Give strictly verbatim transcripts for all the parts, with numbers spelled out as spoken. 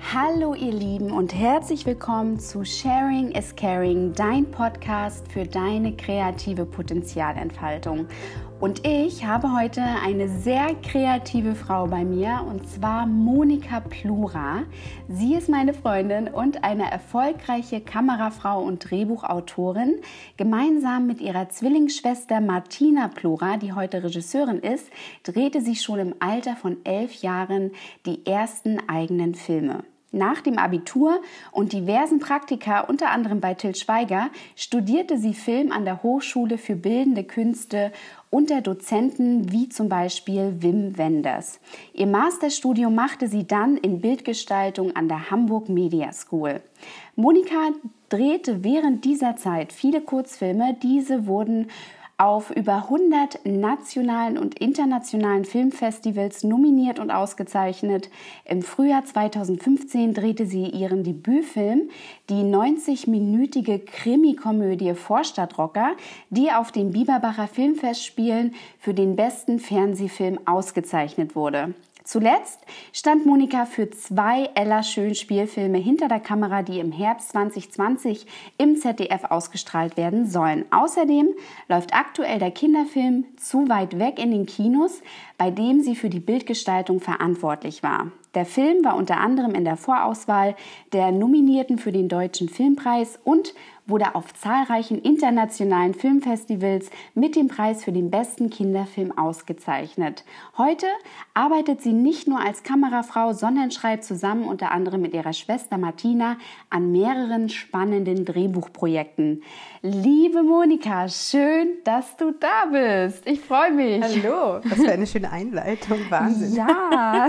Hallo ihr Lieben und herzlich willkommen zu Sharing is Caring, dein Podcast für deine kreative Potenzialentfaltung. Und ich habe heute eine sehr kreative Frau bei mir, und zwar Monika Plura. Sie ist meine Freundin und eine erfolgreiche Kamerafrau und Drehbuchautorin. Gemeinsam mit ihrer Zwillingsschwester Martina Plura, die heute Regisseurin ist, drehte sie schon im Alter von elf Jahren die ersten eigenen Filme. Nach dem Abitur und diversen Praktika, unter anderem bei Til Schweiger, studierte sie Film an der Hochschule für Bildende Künste unter Dozenten wie zum Beispiel Wim Wenders. Ihr Masterstudium machte sie dann in Bildgestaltung an der Hamburg Media School. Monika drehte während dieser Zeit viele Kurzfilme. Diese wurden auf über hundert nationalen und internationalen Filmfestivals nominiert und ausgezeichnet. Im Frühjahr zweitausendfünfzehn drehte sie ihren Debütfilm, die neunzig-minütige Krimikomödie Vorstadtrocker, die auf den Biberbacher Filmfestspielen für den besten Fernsehfilm ausgezeichnet wurde. Zuletzt stand Monika für zwei Ella Schön-Spielfilme hinter der Kamera, die im Herbst zwanzig zwanzig im Z D F ausgestrahlt werden sollen. Außerdem läuft aktuell der Kinderfilm Zu weit weg in den Kinos, bei dem sie für die Bildgestaltung verantwortlich war. Der Film war unter anderem in der Vorauswahl der Nominierten für den Deutschen Filmpreis und wurde auf zahlreichen internationalen Filmfestivals mit dem Preis für den besten Kinderfilm ausgezeichnet. Heute arbeitet sie nicht nur als Kamerafrau, sondern schreibt zusammen unter anderem mit ihrer Schwester Martina an mehreren spannenden Drehbuchprojekten. Liebe Monika, schön, dass du da bist. Ich freue mich. Hallo, was für eine schöne Einleitung, Wahnsinn. Ja,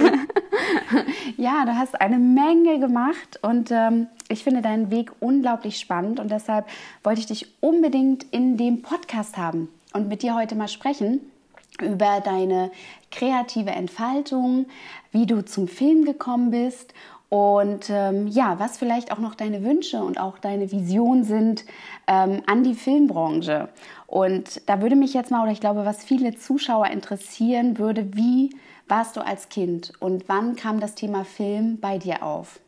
ja, du hast eine Menge gemacht und ähm, ich finde deinen Weg unglaublich spannend und deshalb wollte ich dich unbedingt in dem Podcast haben und mit dir heute mal sprechen über deine kreative Entfaltung, wie du zum Film gekommen bist und ähm, ja, was vielleicht auch noch deine Wünsche und auch deine Visionen sind ähm, an die Filmbranche. Und da würde mich jetzt mal, oder ich glaube, was viele Zuschauer interessieren würde, wie warst du als Kind und wann kam das Thema Film bei dir auf?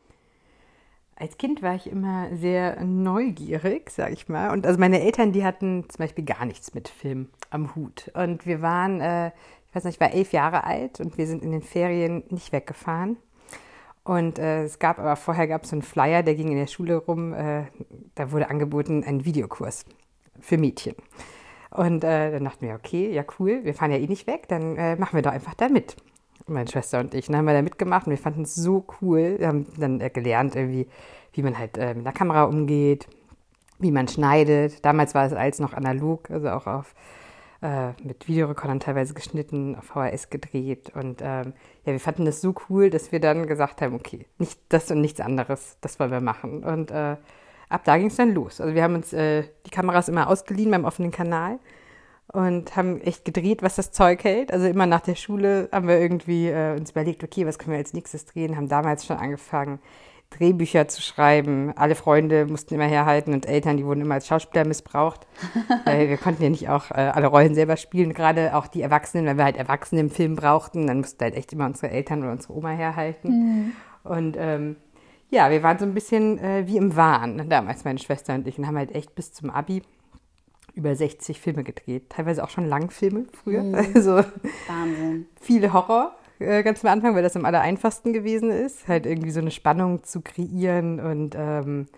Als Kind war ich immer sehr neugierig, sag ich mal. Und also meine Eltern, die hatten zum Beispiel gar nichts mit Film am Hut. Und wir waren, äh, ich weiß nicht, ich war elf Jahre alt und wir sind in den Ferien nicht weggefahren. Und äh, es gab aber vorher gab es so einen Flyer, der ging in der Schule rum. Äh, da wurde angeboten ein Videokurs für Mädchen. Und äh, dann dachten wir, okay, ja cool, wir fahren ja eh nicht weg, dann äh, machen wir doch einfach da mit. Meine Schwester und ich. Dann haben wir da mitgemacht und wir fanden es so cool. Wir haben dann äh, gelernt, irgendwie, wie man halt äh, mit der Kamera umgeht, wie man schneidet. Damals war es alles noch analog, also auch auf äh, mit Videorekordern teilweise geschnitten, auf V H S gedreht. Und ähm, ja, wir fanden das so cool, dass wir dann gesagt haben, okay, nicht das und nichts anderes, das wollen wir machen. Und äh, ab da ging es dann los. Also wir haben uns äh, die Kameras immer ausgeliehen beim offenen Kanal und haben echt gedreht, was das Zeug hält. Also immer nach der Schule haben wir irgendwie äh, uns überlegt, okay, was können wir als nächstes drehen, haben damals schon angefangen, Drehbücher zu schreiben. Alle Freunde mussten immer herhalten und Eltern, die wurden immer als Schauspieler missbraucht, weil wir konnten ja nicht auch äh, alle Rollen selber spielen, gerade auch die Erwachsenen, wenn wir halt Erwachsene im Film brauchten, dann mussten halt echt immer unsere Eltern oder unsere Oma herhalten. Mhm. Und ähm, ja, wir waren so ein bisschen äh, wie im Wahn, damals meine Schwester und ich, und haben halt echt bis zum Abi über sechzig Filme gedreht, teilweise auch schon Langfilme früher. Mhm. Also Wahnsinn. Viele Horror, äh, ganz am Anfang, weil das am allereinfachsten gewesen ist, halt irgendwie so eine Spannung zu kreieren und ähm,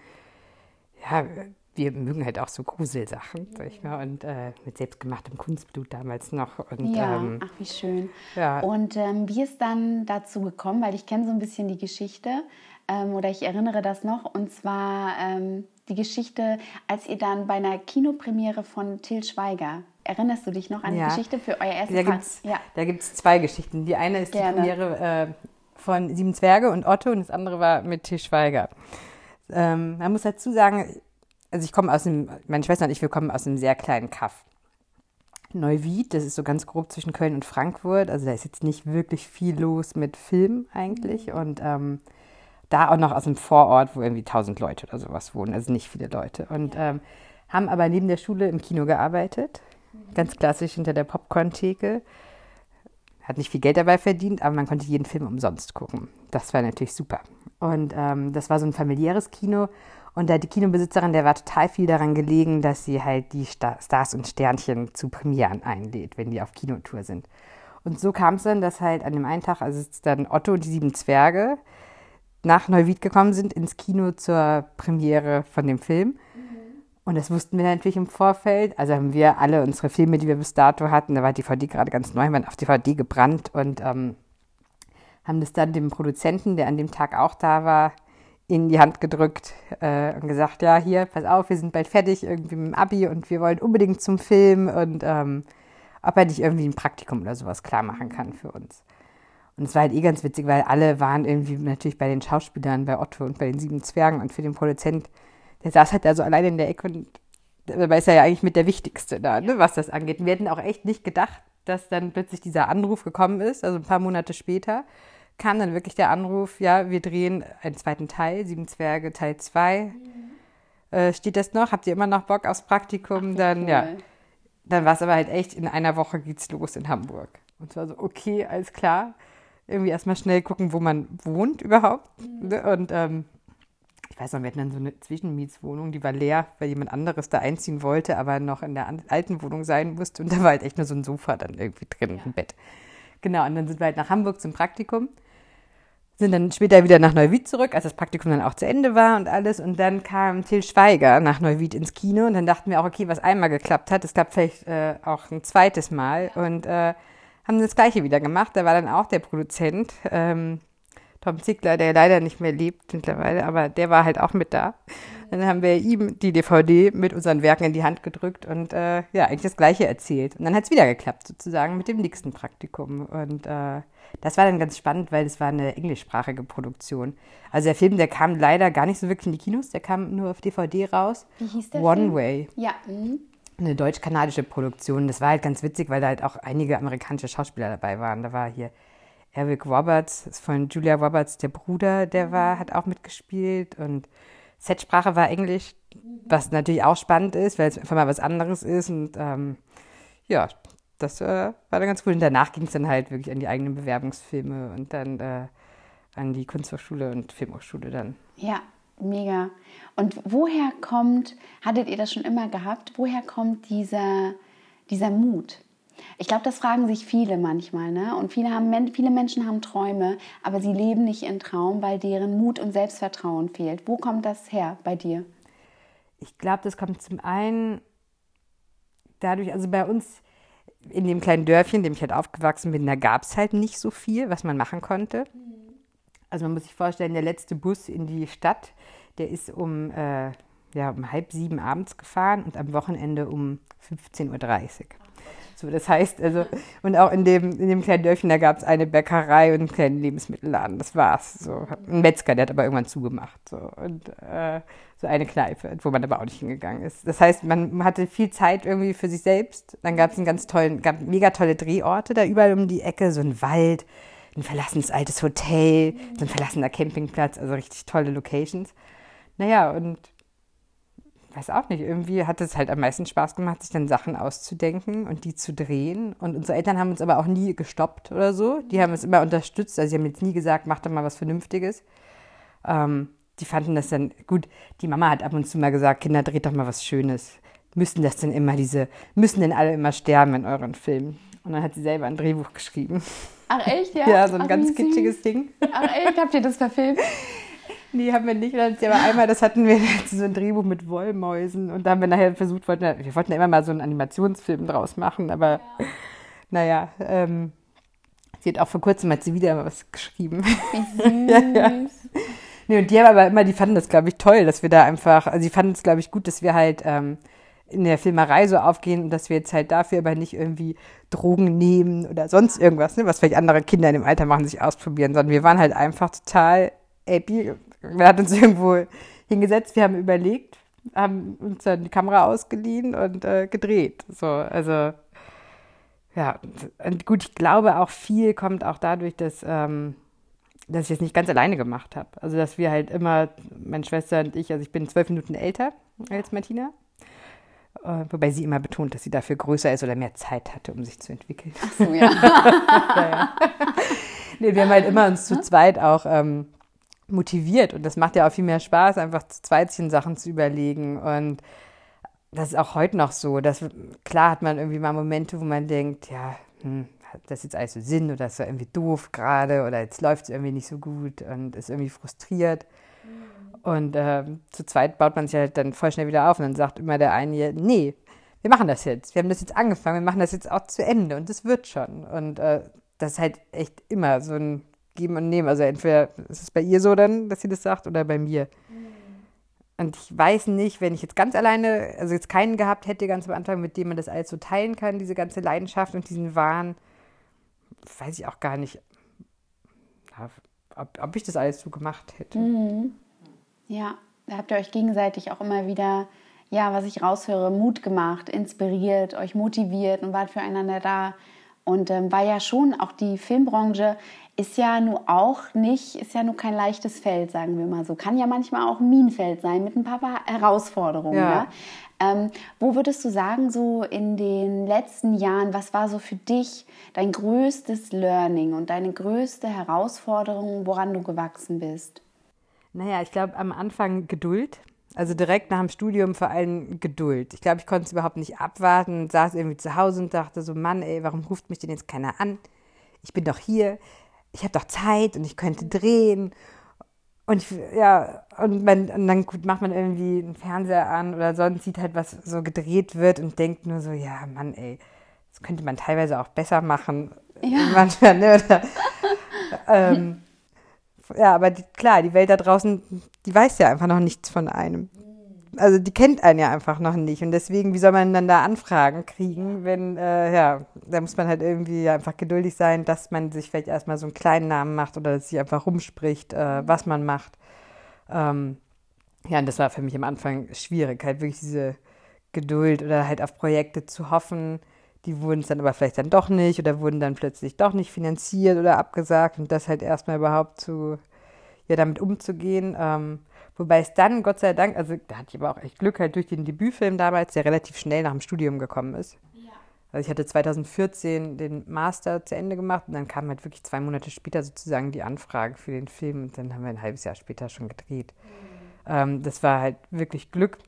ja, wir mögen halt auch so Gruselsachen, sag ich mal, und äh, mit selbstgemachtem Kunstblut damals noch. Und, ja, ähm, ach wie schön. Ja. Und ähm, wie ist dann dazu gekommen, weil ich kenne so ein bisschen die Geschichte ähm, oder ich erinnere das noch, und zwar ähm, die Geschichte, als ihr dann bei einer Kinopremiere von Til Schweiger, erinnerst du dich noch an die ja. Geschichte für euer erstes Da gibt's, ja. Da gibt es zwei Geschichten. Die eine ist Gerne. die Premiere äh, von Sieben Zwerge und Otto und das andere war mit Til Schweiger. Ähm, man muss dazu sagen, also ich komme aus dem, meine Schwester und ich, wir kommen aus einem sehr kleinen Kaff. Neuwied, das ist so ganz grob zwischen Köln und Frankfurt, also da ist jetzt nicht wirklich viel los mit Film eigentlich, mhm. und ähm, da auch noch aus einem Vorort, wo irgendwie tausend Leute oder sowas wohnen, also nicht viele Leute. Und ja. ähm, haben aber neben der Schule im Kino gearbeitet, mhm. ganz klassisch hinter der Popcorn-Theke. hat nicht viel Geld dabei verdient, aber man konnte jeden Film umsonst gucken. Das war natürlich super. Und ähm, das war so ein familiäres Kino. Und da die Kinobesitzerin, der war total viel daran gelegen, dass sie halt die Star- Stars und Sternchen zu Premieren einlädt, wenn die auf Kinotour sind. Und so kam es dann, dass halt an dem einen Tag, also es dann Otto und die Sieben Zwerge nach Neuwied gekommen sind ins Kino zur Premiere von dem Film. Und das wussten wir natürlich im Vorfeld. Also haben wir alle unsere Filme, die wir bis dato hatten, da war die D V D gerade ganz neu, waren auf D V D gebrannt und ähm, haben das dann dem Produzenten, der an dem Tag auch da war, in die Hand gedrückt äh, und gesagt, ja, hier, pass auf, wir sind bald fertig irgendwie mit dem Abi und wir wollen unbedingt zum Film und ähm, ob er nicht irgendwie ein Praktikum oder sowas klar machen kann für uns. Und es war halt eh ganz witzig, weil alle waren irgendwie natürlich bei den Schauspielern, bei Otto und bei den Sieben Zwergen und für den Produzent, der saß halt da so alleine in der Ecke und dabei ist er ja eigentlich mit der Wichtigste da, ne, was das angeht. Und wir hätten auch echt nicht gedacht, dass dann plötzlich dieser Anruf gekommen ist, also ein paar Monate später kam dann wirklich der Anruf, ja, wir drehen einen zweiten Teil, Sieben Zwerge Teil zwei. Mhm. Äh, steht das noch? Habt ihr immer noch Bock aufs Praktikum? Ach, dann, cool. ja. Dann war es aber halt echt, in einer Woche geht's los in Hamburg. Und zwar so, okay, alles klar. Irgendwie erstmal schnell gucken, wo man wohnt überhaupt. Mhm. Und ähm, ich weiß noch, wir hatten dann so eine Zwischenmietswohnung, die war leer, weil jemand anderes da einziehen wollte, aber noch in der alten Wohnung sein musste. Und da war halt echt nur so ein Sofa dann irgendwie drin, ja. Ein Bett. Genau, und dann sind wir halt nach Hamburg zum Praktikum. Sind dann später wieder nach Neuwied zurück, als das Praktikum dann auch zu Ende war und alles. Und dann kam Til Schweiger nach Neuwied ins Kino. Und dann dachten wir auch, okay, was einmal geklappt hat, das klappt vielleicht äh, auch ein zweites Mal. Und äh, haben das Gleiche wieder gemacht. Da war dann auch der Produzent, ähm, Tom Ziegler, der leider nicht mehr lebt mittlerweile, aber der war halt auch mit da. Dann haben wir ihm die D V D mit unseren Werken in die Hand gedrückt und äh, ja, eigentlich das Gleiche erzählt. Und dann hat es wieder geklappt, sozusagen, mit dem nächsten Praktikum. Und äh, das war dann ganz spannend, weil es war eine englischsprachige Produktion. Also der Film, der kam leider gar nicht so wirklich in die Kinos, der kam nur auf D V D raus. Wie hieß der One Film? Way. Ja. Mhm. Eine deutsch-kanadische Produktion. Das war halt ganz witzig, weil da halt auch einige amerikanische Schauspieler dabei waren. Da war hier Eric Roberts, ist von Julia Roberts, der Bruder, der war, hat auch mitgespielt. Und Setsprache war Englisch, was natürlich auch spannend ist, weil es einfach mal was anderes ist. Und ähm, ja, das äh, war dann ganz cool. Und danach ging es dann halt wirklich an die eigenen Bewerbungsfilme und dann äh, an die Kunsthochschule und Filmhochschule dann. Ja, mega. Und woher kommt, hattet ihr das schon immer gehabt, woher kommt dieser, dieser Mut? Ich glaube, das fragen sich viele manchmal, ne? Und viele, haben, viele Menschen haben Träume, aber sie leben nicht ihren Traum, weil deren Mut und Selbstvertrauen fehlt. Wo kommt das her bei dir? Ich glaube, das kommt zum einen dadurch, also bei uns in dem kleinen Dörfchen, in dem ich halt aufgewachsen bin, da gab es halt nicht so viel, was man machen konnte. Also man muss sich vorstellen, der letzte Bus in die Stadt, der ist um, äh, ja, um halb sieben abends gefahren und am Wochenende um fünfzehn Uhr dreißig. So, das heißt, also, und auch in dem, in dem kleinen Dörfchen, da gab es eine Bäckerei und einen kleinen Lebensmittelladen, das war's. So. Ein Metzger, der hat aber irgendwann zugemacht. So. Und äh, so eine Kneipe, wo man aber auch nicht hingegangen ist. Das heißt, man hatte viel Zeit irgendwie für sich selbst. Dann gab es einen ganz tollen, gab mega tolle Drehorte da überall um die Ecke, so ein Wald, ein verlassenes altes Hotel, so ein verlassener Campingplatz, also richtig tolle Locations. Naja, und weiß auch nicht, irgendwie hat es halt am meisten Spaß gemacht, sich dann Sachen auszudenken und die zu drehen. Und unsere Eltern haben uns aber auch nie gestoppt oder so. Die haben uns immer unterstützt. Also sie haben jetzt nie gesagt, mach doch mal was Vernünftiges. Ähm, die fanden das dann, gut, die Mama hat ab und zu mal gesagt, Kinder, dreht doch mal was Schönes. Müssen das denn immer diese, müssen denn alle immer sterben in euren Filmen? Und dann hat sie selber ein Drehbuch geschrieben. Ach echt, ja? Ja, so ein Ach, ganz kitschiges Ding. Ach echt, habt ihr das verfilmt? Nee, haben wir nicht. Aber einmal, das hatten wir so ein Drehbuch mit Wollmäusen und da haben wir nachher versucht, wollten, wir wollten ja immer mal so einen Animationsfilm draus machen, aber ja. naja, ähm, sie hat auch vor kurzem hat sie wieder was geschrieben. Wie süß. ja, ja. Nee, und die haben aber immer, die fanden das, glaube ich, toll, dass wir da einfach, also sie fanden es, glaube ich, gut, dass wir halt ähm, in der Filmerei so aufgehen und dass wir jetzt halt dafür aber nicht irgendwie Drogen nehmen oder sonst irgendwas, ne, was vielleicht andere Kinder in dem Alter machen, sich ausprobieren, sondern wir waren halt einfach total happy. Wir hatten uns irgendwo hingesetzt, wir haben überlegt, haben uns dann die Kamera ausgeliehen und äh, gedreht. So, also ja, und gut, ich glaube auch viel kommt auch dadurch, dass, ähm, dass ich es nicht ganz alleine gemacht habe. Also dass wir halt immer, meine Schwester und ich, also ich bin zwölf Minuten älter als Martina Äh, wobei sie immer betont, dass sie dafür größer ist oder mehr Zeit hatte, um sich zu entwickeln. Ach so, ja. ja, ja. Nee, wir haben halt immer uns zu zweit auch ähm, motiviert und das macht ja auch viel mehr Spaß, einfach zu zweit sich Sachen zu überlegen und das ist auch heute noch so. Dass, klar hat man irgendwie mal Momente, wo man denkt, ja, hm, hat das jetzt alles so Sinn oder ist das irgendwie doof gerade oder jetzt läuft es irgendwie nicht so gut und ist irgendwie frustriert. Mhm. Und äh, zu zweit baut man sich halt dann voll schnell wieder auf und dann sagt immer der eine, nee, wir machen das jetzt. Wir haben das jetzt angefangen, wir machen das jetzt auch zu Ende und das wird schon. Und äh, das ist halt echt immer so ein Geben und Nehmen. Also entweder ist es bei ihr so dann, dass sie das sagt oder bei mir. Mhm. Und ich weiß nicht, wenn ich jetzt ganz alleine, also jetzt keinen gehabt hätte ganz am Anfang, mit dem man das alles so teilen kann, diese ganze Leidenschaft und diesen Wahn, weiß ich auch gar nicht, ob, ob ich das alles so gemacht hätte. Mhm. Ja, da habt ihr euch gegenseitig auch immer wieder, ja, was ich raushöre, Mut gemacht, inspiriert, euch motiviert und wart füreinander da. Und ähm, war ja schon, auch die Filmbranche ist ja nur auch nicht, ist ja nur kein leichtes Feld, sagen wir mal so. Kann ja manchmal auch ein Minenfeld sein mit ein paar Herausforderungen. Ja. Ne? Ähm, wo würdest du sagen, so in den letzten Jahren, was war so für dich dein größtes Learning und deine größte Herausforderung, woran du gewachsen bist? Naja, ich glaube am Anfang Geduld. Also direkt nach dem Studium vor allem Geduld. Ich glaube, ich konnte es überhaupt nicht abwarten, saß irgendwie zu Hause und dachte so, Mann, ey, warum ruft mich denn jetzt keiner an? Ich bin doch hier, ich habe doch Zeit und ich könnte drehen. Und ich, ja, und, man, und dann gut, macht man irgendwie einen Fernseher an oder sonst sieht halt, was so gedreht wird und denkt nur so, ja, Mann, ey, das könnte man teilweise auch besser machen. Ja. Manchmal, ne? Oder, ähm, ja, aber die, klar, die Welt da draußen, die weiß ja einfach noch nichts von einem. Also die kennt einen ja einfach noch nicht. Und deswegen, wie soll man dann da Anfragen kriegen, wenn, äh, ja, da muss man halt irgendwie einfach geduldig sein, dass man sich vielleicht erstmal so einen kleinen Namen macht oder dass sich einfach rumspricht, äh, was man macht. Ähm, ja, und das war für mich am Anfang schwierig, halt wirklich diese Geduld oder halt auf Projekte zu hoffen. Die wurden es dann aber vielleicht dann doch nicht oder wurden dann plötzlich doch nicht finanziert oder abgesagt und das halt erstmal überhaupt zu, ja, damit umzugehen. Ähm, wobei es dann, Gott sei Dank, also da hatte ich aber auch echt Glück halt durch den Debütfilm damals, der relativ schnell nach dem Studium gekommen ist. Ja. Also ich hatte zwanzig vierzehn den Master zu Ende gemacht und dann kam halt wirklich zwei Monate später sozusagen die Anfrage für den Film und dann haben wir ein halbes Jahr später schon gedreht. Mhm. Ähm, das war halt wirklich Glück.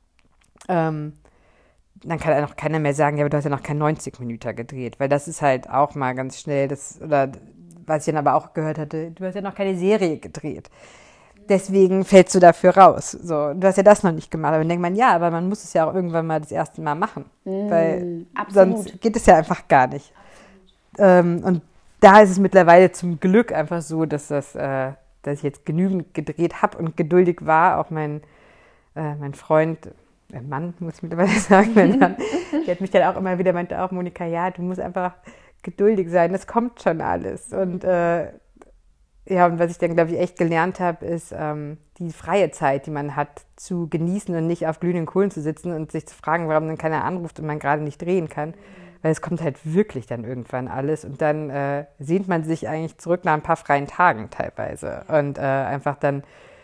Ähm, dann kann ja noch keiner mehr sagen, ja, aber du hast ja noch kein neunzig Minuten gedreht, weil das ist halt auch mal ganz schnell, das, oder was ich dann aber auch gehört hatte, du hast ja noch keine Serie gedreht. Deswegen fällst du dafür raus. So, du hast ja das noch nicht gemacht. Aber dann denkt man, ja, aber man muss es ja auch irgendwann mal das erste Mal machen. Mm, weil absolut. Sonst geht es ja einfach gar nicht. Ähm, und da ist es mittlerweile zum Glück einfach so, dass, das, äh, dass ich jetzt genügend gedreht habe und geduldig war. Auch mein, äh, mein Freund, äh, Mann, muss ich mittlerweile sagen, mein Mann, der hat mich dann auch immer wieder, meinte auch, Monika, ja, du musst einfach geduldig sein, das kommt schon alles. Und äh, ja, und was ich dann, glaube ich, echt gelernt habe, ist ähm, die freie Zeit, die man hat, zu genießen und nicht auf glühenden Kohlen zu sitzen und sich zu fragen, warum dann keiner anruft und man gerade nicht drehen kann. Weil es kommt halt wirklich dann irgendwann alles und dann äh, sehnt man sich eigentlich zurück nach ein paar freien Tagen teilweise. Und äh, einfach dann,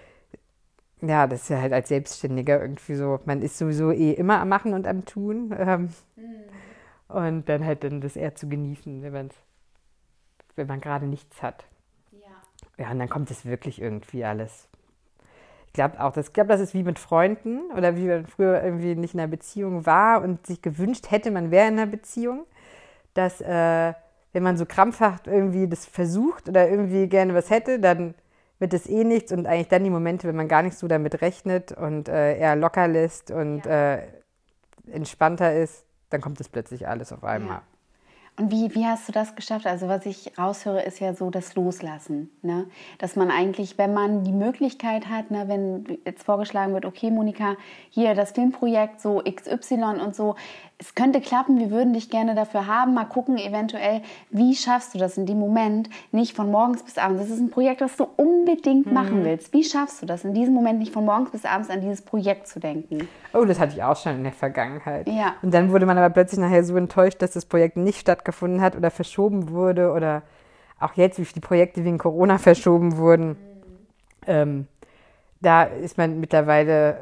ja, das ist ja halt als Selbstständiger irgendwie so, man ist sowieso eh immer am Machen und am Tun. Ähm, mhm. Und dann halt dann das eher zu genießen, wenn, man's, wenn man gerade nichts hat. Ja, und dann kommt es wirklich irgendwie alles. Ich glaube auch, das, ich glaube, das ist wie mit Freunden oder wie man früher irgendwie nicht in einer Beziehung war und sich gewünscht hätte, man wäre in einer Beziehung, dass äh, wenn man so krampfhaft irgendwie das versucht oder irgendwie gerne was hätte, dann wird es eh nichts und eigentlich dann die Momente, wenn man gar nicht so damit rechnet und äh, eher locker lässt und ja. äh, entspannter ist, dann kommt es plötzlich alles auf einmal. Ja. Und wie, wie hast du das geschafft? Also was ich raushöre, ist ja so das Loslassen. Ne? Dass man eigentlich, wenn man die Möglichkeit hat, ne, wenn jetzt vorgeschlagen wird, okay Monika, hier das Filmprojekt so X Y und so, es könnte klappen, wir würden dich gerne dafür haben, mal gucken eventuell, wie schaffst du das in dem Moment, nicht von morgens bis abends. Das ist ein Projekt, das du unbedingt mhm. machen willst. Wie schaffst du das in diesem Moment nicht von morgens bis abends an dieses Projekt zu denken? Oh, das hatte ich auch schon in der Vergangenheit. Ja. Und dann wurde man aber plötzlich nachher so enttäuscht, dass das Projekt nicht stattgefunden hat oder verschoben wurde oder auch jetzt, wie die Projekte wegen Corona verschoben wurden. Mhm. Ähm, da ist man mittlerweile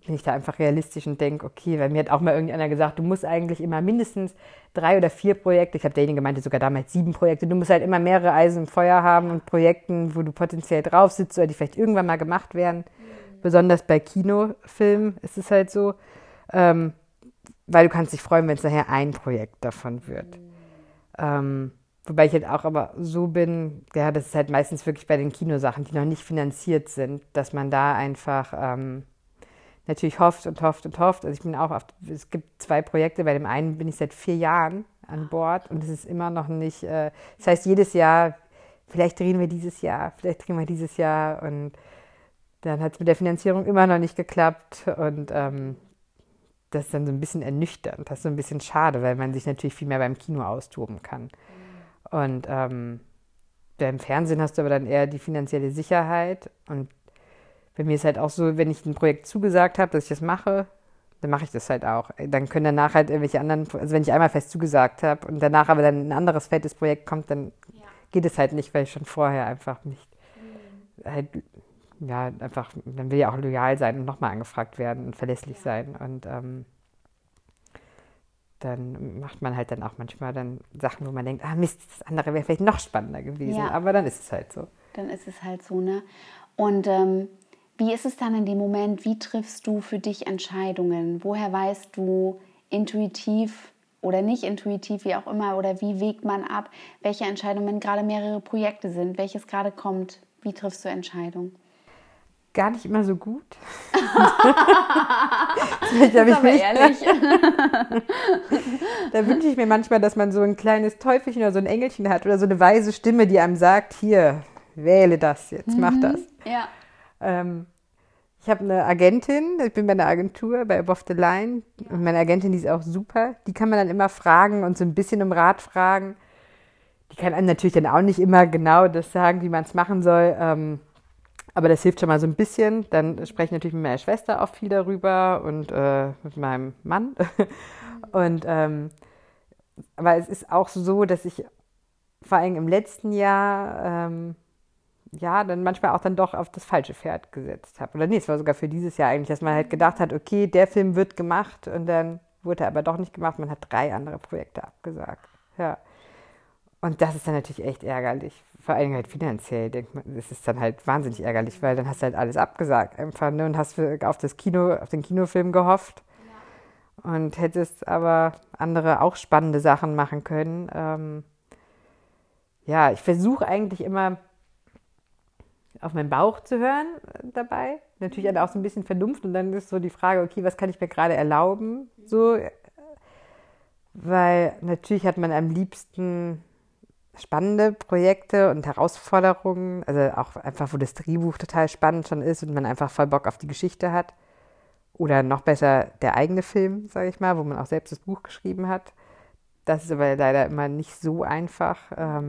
bin ich da einfach realistisch und denke, okay, weil mir hat auch mal irgendeiner gesagt, du musst eigentlich immer mindestens drei oder vier Projekte, ich habe derjenige meinte sogar damals sieben Projekte, du musst halt immer mehrere Eisen im Feuer haben und Projekten, wo du potenziell drauf sitzt oder die vielleicht irgendwann mal gemacht werden. Mhm. Besonders bei Kinofilmen ist es halt so, ähm, weil du kannst dich freuen, wenn es nachher ein Projekt davon wird. Mhm. Ähm, wobei ich halt auch aber so bin, ja, das ist halt meistens wirklich bei den Kinosachen, die noch nicht finanziert sind, dass man da einfach ähm, natürlich hofft und hofft und hofft. Also ich bin auch auf, es gibt zwei Projekte, bei dem einen bin ich seit vier Jahren an Bord und es ist immer noch nicht, äh, das heißt jedes Jahr, vielleicht drehen wir dieses Jahr, vielleicht drehen wir dieses Jahr und dann hat es mit der Finanzierung immer noch nicht geklappt und ähm, das ist dann so ein bisschen ernüchternd, das ist so ein bisschen schade, weil man sich natürlich viel mehr beim Kino austoben kann. Und ähm, beim Fernsehen hast du aber dann eher die finanzielle Sicherheit und bei mir ist halt auch so, wenn ich ein Projekt zugesagt habe, dass ich das mache, dann mache ich das halt auch. Dann können danach halt irgendwelche anderen, also wenn ich einmal fest zugesagt habe und danach aber dann ein anderes fettes Projekt kommt, dann ja. geht es halt nicht, weil ich schon vorher einfach nicht, mhm. halt, ja, einfach, dann will ja auch loyal sein und nochmal angefragt werden und verlässlich ja. sein und ähm, dann macht man halt dann auch manchmal dann Sachen, wo man denkt, ah Mist, das andere wäre vielleicht noch spannender gewesen, ja. aber dann ist es halt so. Dann ist es halt so, ne? Und ähm, wie ist es dann in dem Moment, wie triffst du für dich Entscheidungen? Woher weißt du intuitiv oder nicht intuitiv, wie auch immer, oder wie wägt man ab, welche Entscheidungen, wenn gerade mehrere Projekte sind, welches gerade kommt, wie triffst du Entscheidungen? Gar nicht immer so gut. Das ist aber ehrlich. Da wünsche ich mir manchmal, dass man so ein kleines Teufelchen oder so ein Engelchen hat oder so eine weise Stimme, die einem sagt, hier, wähle das jetzt, mhm. mach das. Ja. Ähm, ich habe eine Agentin, ich bin bei einer Agentur, bei Above the Line. Ja. Und meine Agentin, die ist auch super. Die kann man dann immer fragen und so ein bisschen um Rat fragen. Die kann einem natürlich dann auch nicht immer genau das sagen, wie man es machen soll. Ähm, aber das hilft schon mal so ein bisschen. Dann spreche ich natürlich mit meiner Schwester auch viel darüber und äh, mit meinem Mann. Und ähm, aber es ist auch so, dass ich vor allem im letzten Jahr ähm, ja, dann manchmal auch dann doch auf das falsche Pferd gesetzt habe. Oder nee, es war sogar für dieses Jahr eigentlich, dass man halt gedacht hat, okay, der Film wird gemacht und dann wurde er aber doch nicht gemacht. Man hat drei andere Projekte abgesagt. Ja. Und das ist dann natürlich echt ärgerlich. Vor allem halt finanziell, denkt man, das ist dann halt wahnsinnig ärgerlich, weil dann hast du halt alles abgesagt einfach, ne, und hast für, auf das Kino, auf den Kinofilm gehofft ja. und hättest aber andere auch spannende Sachen machen können. Ähm, ja, ich versuche eigentlich immer auf meinen Bauch zu hören dabei. Natürlich auch so ein bisschen Vernunft und dann ist so die Frage, okay, was kann ich mir gerade erlauben? So, weil natürlich hat man am liebsten spannende Projekte und Herausforderungen, also auch einfach, wo das Drehbuch total spannend schon ist und man einfach voll Bock auf die Geschichte hat. Oder noch besser der eigene Film, sage ich mal, wo man auch selbst das Buch geschrieben hat. Das ist aber leider immer nicht so einfach.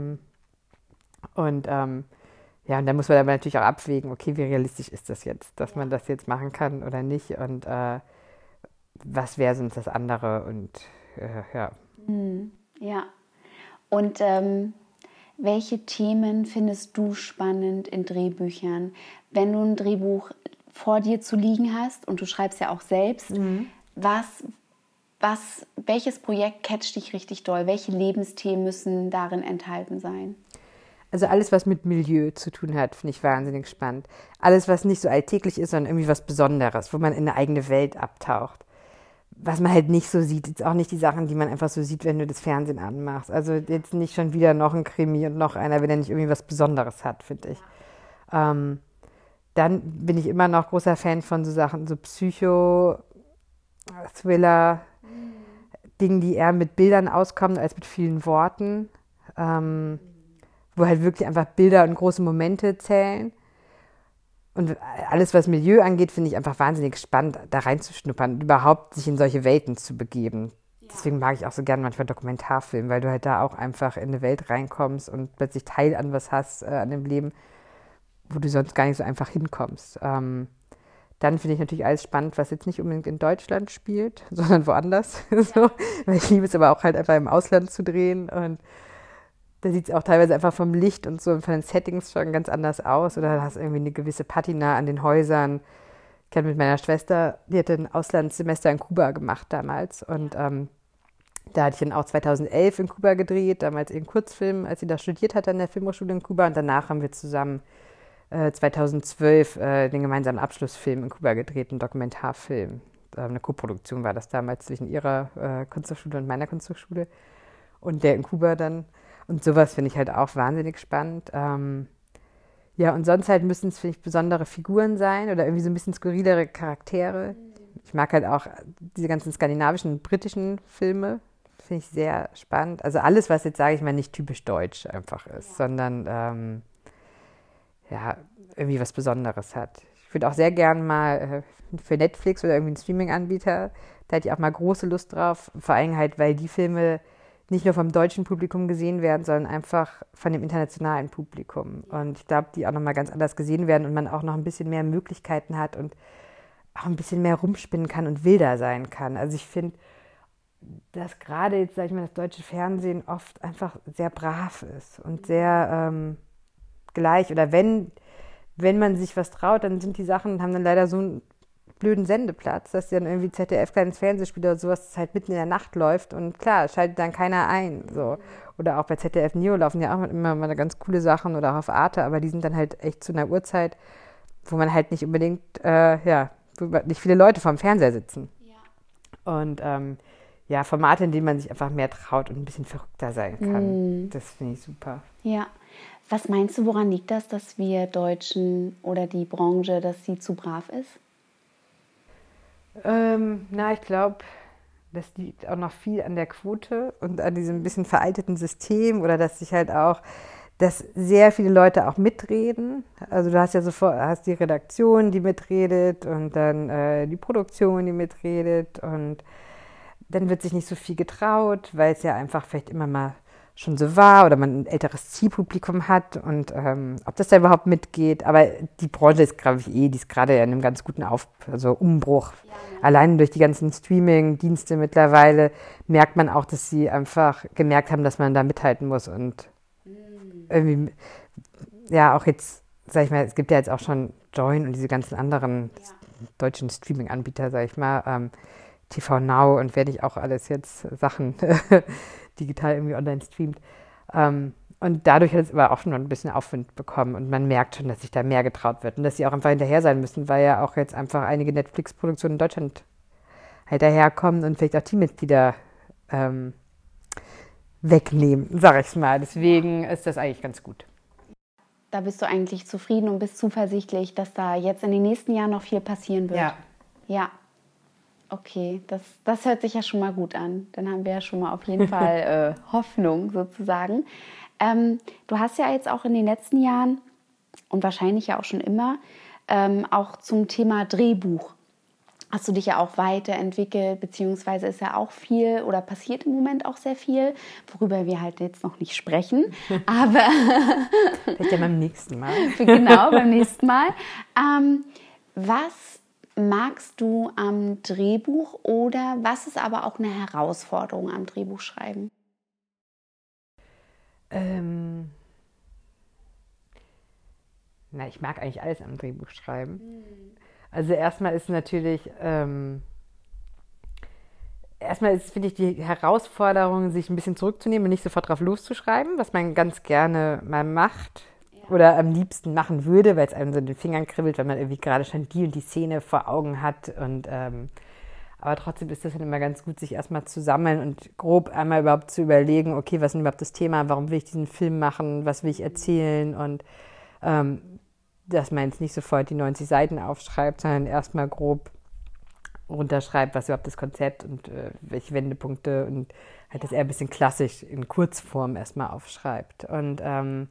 Und ähm, ja, und dann muss man aber natürlich auch abwägen, okay, wie realistisch ist das jetzt, dass man das jetzt machen kann oder nicht und äh, was wäre sonst das andere und äh, ja. Ja, und ähm, welche Themen findest du spannend in Drehbüchern? Wenn du ein Drehbuch vor dir zu liegen hast und du schreibst ja auch selbst, mhm. was, was, welches Projekt catcht dich richtig doll? Welche Lebensthemen müssen darin enthalten sein? Also alles, was mit Milieu zu tun hat, finde ich wahnsinnig spannend. Alles, was nicht so alltäglich ist, sondern irgendwie was Besonderes, wo man in eine eigene Welt abtaucht. Was man halt nicht so sieht, jetzt auch nicht die Sachen, die man einfach so sieht, wenn du das Fernsehen anmachst. Also jetzt nicht schon wieder noch ein Krimi und noch einer, wenn er nicht irgendwie was Besonderes hat, finde ich. Ähm, dann bin ich immer noch großer Fan von so Sachen, so Psycho, Thriller, mhm. Dingen, die eher mit Bildern auskommen als mit vielen Worten. Ähm, wo halt wirklich einfach Bilder und große Momente zählen. Und alles, was Milieu angeht, finde ich einfach wahnsinnig spannend, da reinzuschnuppern, überhaupt sich in solche Welten zu begeben. Ja. Deswegen mag ich auch so gerne manchmal Dokumentarfilme, weil du halt da auch einfach in eine Welt reinkommst und plötzlich Teil an was hast, äh, an dem Leben, wo du sonst gar nicht so einfach hinkommst. Ähm, dann finde ich natürlich alles spannend, was jetzt nicht unbedingt in Deutschland spielt, sondern woanders. Ja. So. Weil ich liebe es aber auch halt einfach im Ausland zu drehen und da sieht es auch teilweise einfach vom Licht und so und von den Settings schon ganz anders aus. Oder du hast irgendwie eine gewisse Patina an den Häusern, Ich hatte mit meiner Schwester, die hatte ein Auslandssemester in Kuba gemacht damals und ähm, da hatte ich dann auch zweitausendelf in Kuba gedreht, damals in Kurzfilm, als sie da studiert hat an der Filmhochschule in Kuba. Und danach haben wir zusammen äh, zweitausendzwölf äh, den gemeinsamen Abschlussfilm in Kuba gedreht, einen Dokumentarfilm. Äh, eine Koproduktion war das damals zwischen ihrer äh, Kunsthochschule und meiner Kunsthochschule und der in Kuba dann. Und sowas finde ich halt auch wahnsinnig spannend. Ähm, ja, und sonst halt müssen es, finde ich, besondere Figuren sein oder irgendwie so ein bisschen skurrilere Charaktere. Ich mag halt auch diese ganzen skandinavischen und britischen Filme. Finde ich sehr spannend. Also alles, was jetzt, sage ich mal, nicht typisch deutsch einfach ist, ja. sondern ähm, ja, irgendwie was Besonderes hat. Ich würde auch sehr gern mal äh, für Netflix oder irgendwie einen Streaming-Anbieter, da hätte ich auch mal große Lust drauf. Vor allem halt, weil die Filme nicht nur vom deutschen Publikum gesehen werden, sondern einfach von dem internationalen Publikum. Und ich glaube, die auch nochmal ganz anders gesehen werden und man auch noch ein bisschen mehr Möglichkeiten hat und auch ein bisschen mehr rumspinnen kann und wilder sein kann. Also ich finde, dass gerade jetzt, sag ich mal, das deutsche Fernsehen oft einfach sehr brav ist und sehr ähm, gleich. Oder wenn, wenn man sich was traut, dann sind die Sachen, haben dann leider so einen blöden Sendeplatz, dass dann irgendwie Z D F kleines Fernsehspiel oder sowas das halt mitten in der Nacht läuft und klar, schaltet dann keiner ein. So. Oder auch bei Z D F Neo laufen ja auch immer mal ganz coole Sachen oder auch auf Arte, aber die sind dann halt echt zu einer Uhrzeit, wo man halt nicht unbedingt, äh, ja, wo nicht viele Leute vorm Fernseher sitzen. Ja. Und ähm, ja, Formate, in denen man sich einfach mehr traut und ein bisschen verrückter sein kann. Mm. Das finde ich super. Ja. Was meinst du, woran liegt das, dass wir Deutschen oder die Branche, dass sie zu brav ist? Ähm, na, ich glaube, das liegt auch noch viel an der Quote und an diesem bisschen veralteten System oder dass sich halt auch, dass sehr viele Leute auch mitreden. Also du hast ja sofort, hast die Redaktion, die mitredet und dann äh, die Produktion, die mitredet und dann wird sich nicht so viel getraut, weil es ja einfach vielleicht immer mal schon so war oder man ein älteres Zielpublikum hat und ähm, ob das da überhaupt mitgeht. Aber die Branche ist, glaube ich, eh, die ist gerade in einem ganz guten Auf also Umbruch. Ja, ja. Allein durch die ganzen Streaming-Dienste mittlerweile merkt man auch, dass sie einfach gemerkt haben, dass man da mithalten muss und mhm. irgendwie, ja, auch jetzt, sag ich mal, es gibt ja jetzt auch schon Join und diese ganzen anderen ja. deutschen Streaming-Anbieter, sag ich mal, ähm, T V Now und wer nicht auch alles jetzt Sachen digital irgendwie online streamt. Ähm, und dadurch hat es aber auch schon ein bisschen Aufwind bekommen und man merkt schon, dass sich da mehr getraut wird und dass sie auch einfach hinterher sein müssen, weil ja auch jetzt einfach einige Netflix-Produktionen in Deutschland halt daherkommen und vielleicht auch Teammitglieder ähm, wegnehmen, sag ich mal. Deswegen ist das eigentlich ganz gut. Da bist du eigentlich zufrieden und bist zuversichtlich, dass da jetzt in den nächsten Jahren noch viel passieren wird. Ja. Ja. Okay, das, das hört sich ja schon mal gut an. Dann haben wir ja schon mal auf jeden Fall äh, Hoffnung sozusagen. Ähm, du hast ja jetzt auch in den letzten Jahren und wahrscheinlich ja auch schon immer ähm, auch zum Thema Drehbuch hast du dich ja auch weiterentwickelt, beziehungsweise ist ja auch viel oder passiert im Moment auch sehr viel, worüber wir halt jetzt noch nicht sprechen. Aber vielleicht ja beim nächsten Mal. Genau, beim nächsten Mal. Ähm, was magst du am Drehbuch oder was ist aber auch eine Herausforderung am Drehbuchschreiben? Ähm, na, ich mag eigentlich alles am Drehbuchschreiben. Mhm. Also erstmal ist natürlich, ähm, erstmal ist, finde ich, die Herausforderung, sich ein bisschen zurückzunehmen und nicht sofort drauf loszuschreiben, was man ganz gerne mal macht. Oder am liebsten machen würde, weil es einem so in den Fingern kribbelt, weil man irgendwie gerade schon die und die Szene vor Augen hat. Und, ähm, aber trotzdem ist das dann immer ganz gut, sich erstmal zu sammeln und grob einmal überhaupt zu überlegen, okay, was ist denn überhaupt das Thema, warum will ich diesen Film machen, was will ich erzählen und ähm, dass man jetzt nicht sofort die neunzig Seiten aufschreibt, sondern erstmal grob runterschreibt, was überhaupt das Konzept und äh, welche Wendepunkte und halt das eher ein bisschen klassisch in Kurzform erstmal aufschreibt. Und ähm,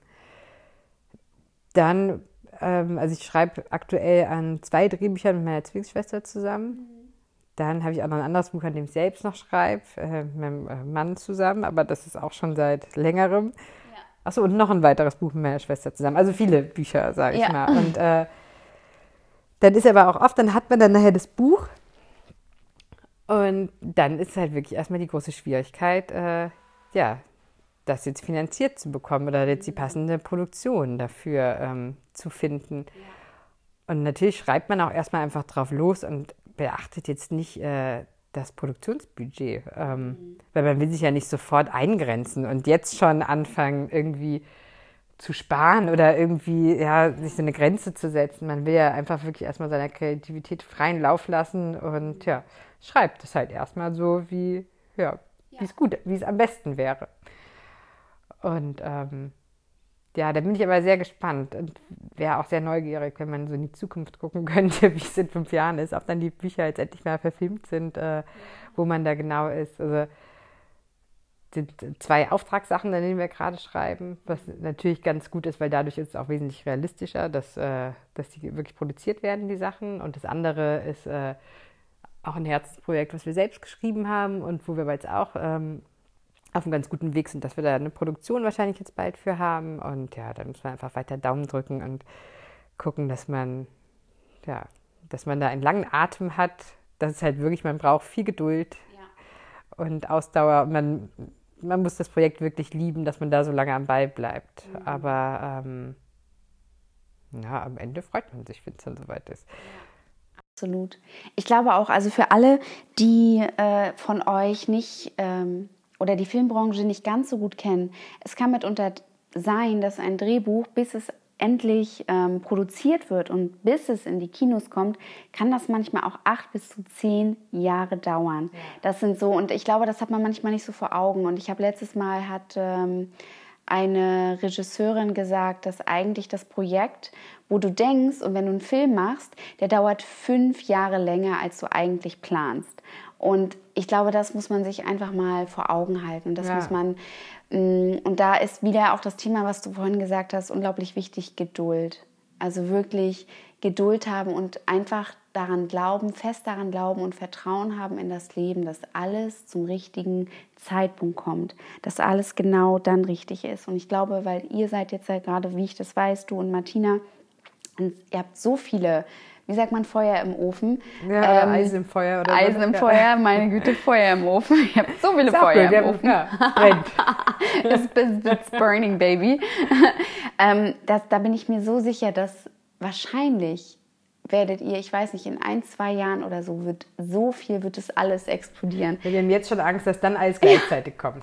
Dann, ähm, also ich schreibe aktuell an zwei Drehbüchern mit meiner Zwillingsschwester zusammen. Mhm. Dann habe ich auch noch ein anderes Buch, an dem ich selbst noch schreibe, äh, mit meinem Mann zusammen, aber das ist auch schon seit längerem. Ja. Achso, und noch ein weiteres Buch mit meiner Schwester zusammen. Also viele Bücher, sage ich ja. mal. Und äh, dann ist aber auch oft, dann hat man dann nachher das Buch und dann ist halt wirklich erstmal die große Schwierigkeit, äh, ja, das jetzt finanziert zu bekommen oder jetzt die passende Produktion dafür ähm, zu finden. Ja. Und natürlich schreibt man auch erstmal einfach drauf los und beachtet jetzt nicht äh, das Produktionsbudget, ähm, mhm. weil man will sich ja nicht sofort eingrenzen und jetzt schon anfangen, irgendwie zu sparen oder irgendwie ja, sich so eine Grenze zu setzen. Man will ja einfach wirklich erstmal seiner Kreativität freien Lauf lassen und ja, schreibt es halt erstmal so, wie ja, ja. es gut, wie es am besten wäre. Und ähm, ja, da bin ich aber sehr gespannt und wäre auch sehr neugierig, wenn man so in die Zukunft gucken könnte, wie es in fünf Jahren ist, ob dann die Bücher jetzt endlich mal verfilmt sind, äh, wo man da genau ist. Also sind zwei Auftragssachen, an denen wir gerade schreiben, was natürlich ganz gut ist, weil dadurch ist es auch wesentlich realistischer, dass, äh, dass die wirklich produziert werden, die Sachen. Und das andere ist äh, auch ein Herzensprojekt, was wir selbst geschrieben haben und wo wir jetzt auch ähm, auf einem ganz guten Weg sind, dass wir da eine Produktion wahrscheinlich jetzt bald für haben. Und ja, da muss man einfach weiter Daumen drücken und gucken, dass man, ja, dass man da einen langen Atem hat. Das ist halt wirklich, man braucht viel Geduld ja. und Ausdauer. Und man, man muss das Projekt wirklich lieben, dass man da so lange am Ball bleibt. Mhm. Aber ähm, ja, am Ende freut man sich, wenn es dann soweit ist. Absolut. Ich glaube auch, also für alle, die äh, von euch nicht ähm, oder die Filmbranche nicht ganz so gut kennen, es kann mitunter sein, dass ein Drehbuch, bis es endlich ähm, produziert wird und bis es in die Kinos kommt, kann das manchmal auch acht bis zu zehn Jahre dauern. Ja. Das sind so, und ich glaube, das hat man manchmal nicht so vor Augen. Und ich habe letztes Mal hat ähm, eine Regisseurin gesagt, dass eigentlich das Projekt, wo du denkst, und wenn du einen Film machst, der dauert fünf Jahre länger, als du eigentlich planst. Und ich glaube, das muss man sich einfach mal vor Augen halten. Das ja. muss man, und da ist wieder auch das Thema, was du vorhin gesagt hast, unglaublich wichtig, Geduld. Also wirklich Geduld haben und einfach daran glauben, fest daran glauben und Vertrauen haben in das Leben, dass alles zum richtigen Zeitpunkt kommt, dass alles genau dann richtig ist. Und ich glaube, weil ihr seid jetzt ja gerade, wie ich das weiß, du und Martina, und ihr habt so viele, wie sagt man, Feuer im Ofen. Ja, oder ähm, Eisen im Feuer. Oder Eisen so. im ja. Feuer, meine Güte, Feuer im Ofen. Ich habe so viele Feuer im Ofen. Ja, brennt. it's, it's burning, baby. ähm, das, da bin ich mir so sicher, dass wahrscheinlich werdet ihr, ich weiß nicht, in ein, zwei Jahren oder so, wird so viel, wird es alles explodieren. Wir haben jetzt schon Angst, dass dann alles gleichzeitig kommt.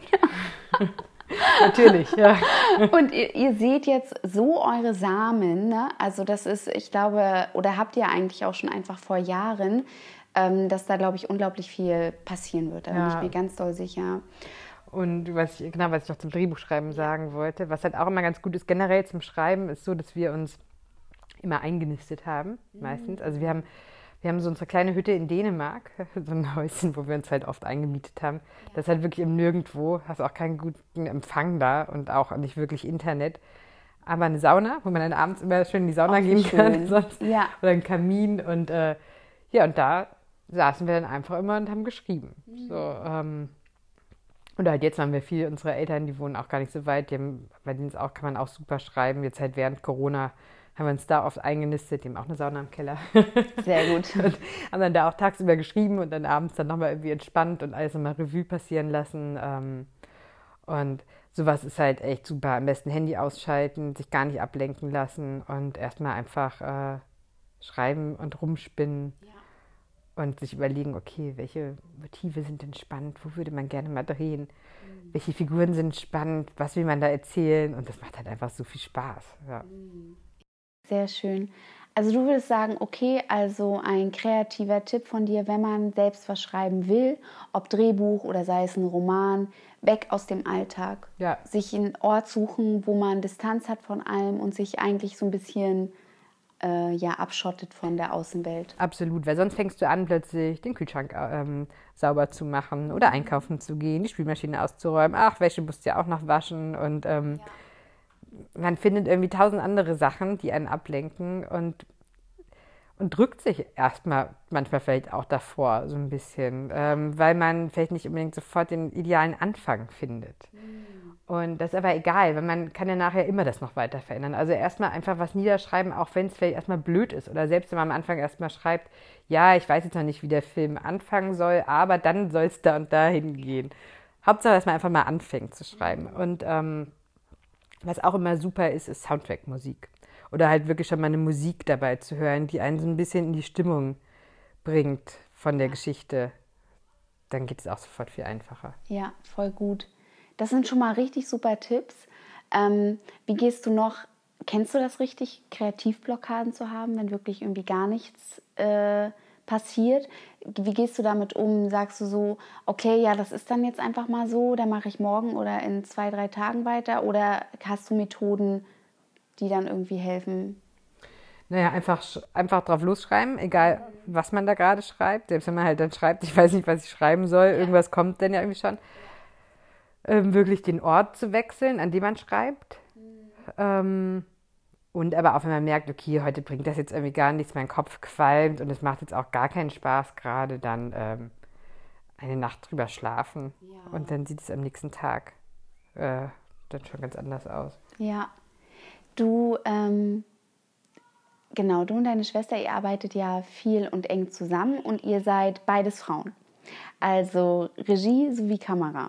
Natürlich, ja. Und ihr, ihr seht jetzt so eure Samen, ne? Also das ist, ich glaube, oder habt ihr eigentlich auch schon einfach vor Jahren, ähm, dass da, glaube ich, unglaublich viel passieren wird. Da ja. bin ich mir ganz doll sicher. Und was ich, genau, was ich noch zum Drehbuchschreiben sagen wollte, was halt auch immer ganz gut ist, generell zum Schreiben, ist so, dass wir uns immer eingenistet haben, meistens. Also wir haben Wir haben so unsere kleine Hütte in Dänemark, so ein Häuschen, wo wir uns halt oft eingemietet haben. Ja. Das ist halt wirklich im Nirgendwo, hast auch keinen guten Empfang da und auch nicht wirklich Internet. Aber eine Sauna, wo man dann abends immer schön in die Sauna auch gehen schön. kann. Sonst. Ja. Oder ein Kamin. Und äh, ja, und da saßen wir dann einfach immer und haben geschrieben. Mhm. So, ähm, und halt jetzt haben wir viele, unsere Eltern, die wohnen auch gar nicht so weit. Die haben, bei denen auch, kann man auch super schreiben. Jetzt halt während Corona haben wir uns da oft eingenistet, die haben auch eine Sauna im Keller. Sehr gut. Und haben dann da auch tagsüber geschrieben und dann abends dann nochmal irgendwie entspannt und alles nochmal Revue passieren lassen. Und sowas ist halt echt super. Am besten Handy ausschalten, sich gar nicht ablenken lassen und erstmal einfach äh, schreiben und rumspinnen. Ja. Und sich überlegen, okay, welche Motive sind denn spannend, wo würde man gerne mal drehen? Mhm. Welche Figuren sind spannend, was will man da erzählen? Und das macht halt einfach so viel Spaß. Ja. Mhm. Sehr schön. Also du würdest sagen, okay, also ein kreativer Tipp von dir, wenn man selbst was schreiben will, ob Drehbuch oder sei es ein Roman, weg aus dem Alltag. Ja. Sich einen Ort suchen, wo man Distanz hat von allem und sich eigentlich so ein bisschen äh, ja, abschottet von der Außenwelt. Absolut, weil sonst fängst du an, plötzlich den Kühlschrank ähm, sauber zu machen oder einkaufen zu gehen, die Spülmaschine auszuräumen. Ach, Wäsche musst du ja auch noch waschen und ähm, ja. man findet irgendwie tausend andere Sachen, die einen ablenken und, und drückt sich erstmal manchmal vielleicht auch davor so ein bisschen, ähm, weil man vielleicht nicht unbedingt sofort den idealen Anfang findet. Mhm. Und das ist aber egal, weil man kann ja nachher immer das noch weiter verändern. Also erstmal einfach was niederschreiben, auch wenn es vielleicht erstmal blöd ist oder selbst wenn man am Anfang erstmal schreibt, ja, ich weiß jetzt noch nicht, wie der Film anfangen soll, aber dann soll es da und da hingehen. Hauptsache, dass man einfach mal anfängt zu schreiben. Mhm. Und ähm, was auch immer super ist, ist Soundtrack-Musik. Oder halt wirklich schon mal eine Musik dabei zu hören, die einen so ein bisschen in die Stimmung bringt von der Geschichte. Dann geht es auch sofort viel einfacher. Ja, voll gut. Das sind schon mal richtig super Tipps. Ähm, wie gehst du noch, kennst du das richtig, Kreativblockaden zu haben, wenn wirklich irgendwie gar nichts äh, passiert? Wie gehst du damit um? Sagst du so, okay, ja, das ist dann jetzt einfach mal so, dann mache ich morgen oder in zwei, drei Tagen weiter? Oder hast du Methoden, die dann irgendwie helfen? Naja, einfach, einfach drauf losschreiben, egal was man da gerade schreibt. Selbst wenn man halt dann schreibt, ich weiß nicht, was ich schreiben soll, ja. Irgendwas kommt dann ja irgendwie schon. Ähm, wirklich den Ort zu wechseln, an dem man schreibt. Mhm. Ähm, und aber auch wenn man merkt, okay, heute bringt das jetzt irgendwie gar nichts, mein Kopf qualmt und es macht jetzt auch gar keinen Spaß gerade, dann ähm, eine Nacht drüber schlafen. Ja. Und dann sieht es am nächsten Tag äh, dann schon ganz anders aus. Ja, du... Ähm Genau, du und deine Schwester, ihr arbeitet ja viel und eng zusammen und ihr seid beides Frauen. Also Regie sowie Kamera.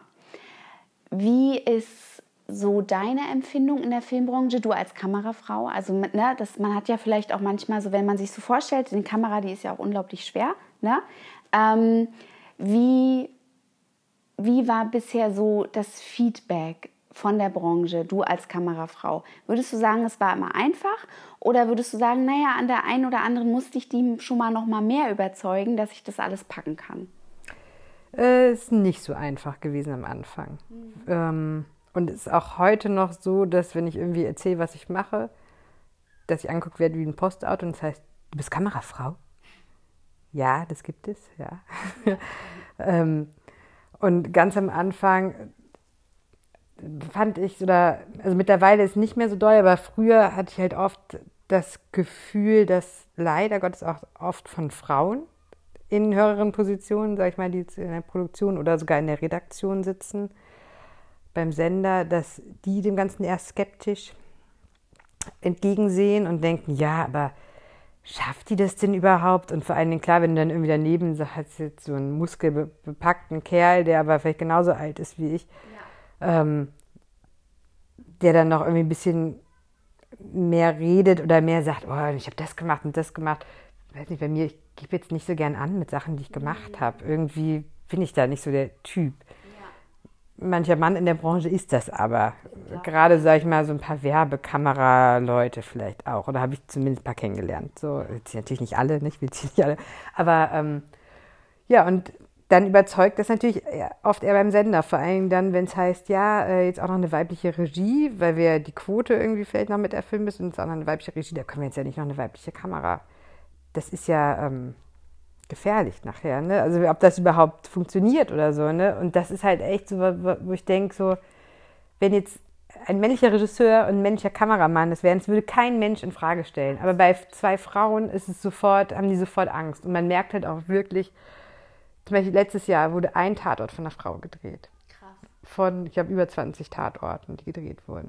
Wie ist so deine Empfindung in der Filmbranche, du als Kamerafrau? Also ne, das, man hat ja vielleicht auch manchmal so, wenn man sich so vorstellt, die Kamera, die ist ja auch unglaublich schwer. Ne? Ähm, wie, wie war bisher so das Feedback von der Branche, du als Kamerafrau? Würdest du sagen, es war immer einfach? Oder würdest du sagen, naja, an der einen oder anderen musste ich die schon mal noch mal mehr überzeugen, dass ich das alles packen kann? Äh, ist nicht so einfach gewesen am Anfang. Mhm. Ähm, und es ist auch heute noch so, dass wenn ich irgendwie erzähle, was ich mache, dass ich angeguckt werde wie ein Postauto und das heißt, du bist Kamerafrau? Ja, das gibt es, ja. ähm, und ganz am Anfang fand ich, oder, also mittlerweile ist nicht mehr so doll, aber früher hatte ich halt oft das Gefühl, dass leider Gottes auch oft von Frauen in höheren Positionen, sag ich mal, die jetzt in der Produktion oder sogar in der Redaktion sitzen, beim Sender, dass die dem Ganzen eher skeptisch entgegensehen und denken, ja, aber schafft die das denn überhaupt? Und vor allen Dingen, klar, wenn du dann irgendwie daneben hast, jetzt so einen muskelbepackten Kerl, der aber vielleicht genauso alt ist wie ich, ja. ähm, der dann noch irgendwie ein bisschen mehr redet oder mehr sagt, oh, ich habe das gemacht und das gemacht. Ich weiß nicht, bei mir, ich gebe jetzt nicht so gern an mit Sachen, die ich gemacht habe. Irgendwie bin ich da nicht so der Typ. Ja. Mancher Mann in der Branche ist das aber. Ja. Gerade, sage ich mal, so ein paar Werbekamera-Leute vielleicht auch. Oder habe ich zumindest ein paar kennengelernt. So, jetzt natürlich nicht alle, nicht, will nicht alle. Aber ähm, ja, und dann überzeugt das natürlich oft eher beim Sender, vor allem dann, wenn es heißt, ja, jetzt auch noch eine weibliche Regie, weil wir die Quote irgendwie vielleicht noch mit erfüllen müssen und es auch noch eine weibliche Regie, da können wir jetzt ja nicht noch eine weibliche Kamera. Das ist ja ähm, gefährlich nachher, ne? Also ob das überhaupt funktioniert oder so, ne? Und das ist halt echt so, wo ich denke, so, wenn jetzt ein männlicher Regisseur und ein männlicher Kameramann das wären, das würde kein Mensch in Frage stellen. Aber bei zwei Frauen ist es sofort, haben die sofort Angst. Und man merkt halt auch wirklich, zum Beispiel letztes Jahr wurde ein Tatort von einer Frau gedreht. Krass. Von, ich glaube, über zwanzig Tatorten, die gedreht wurden.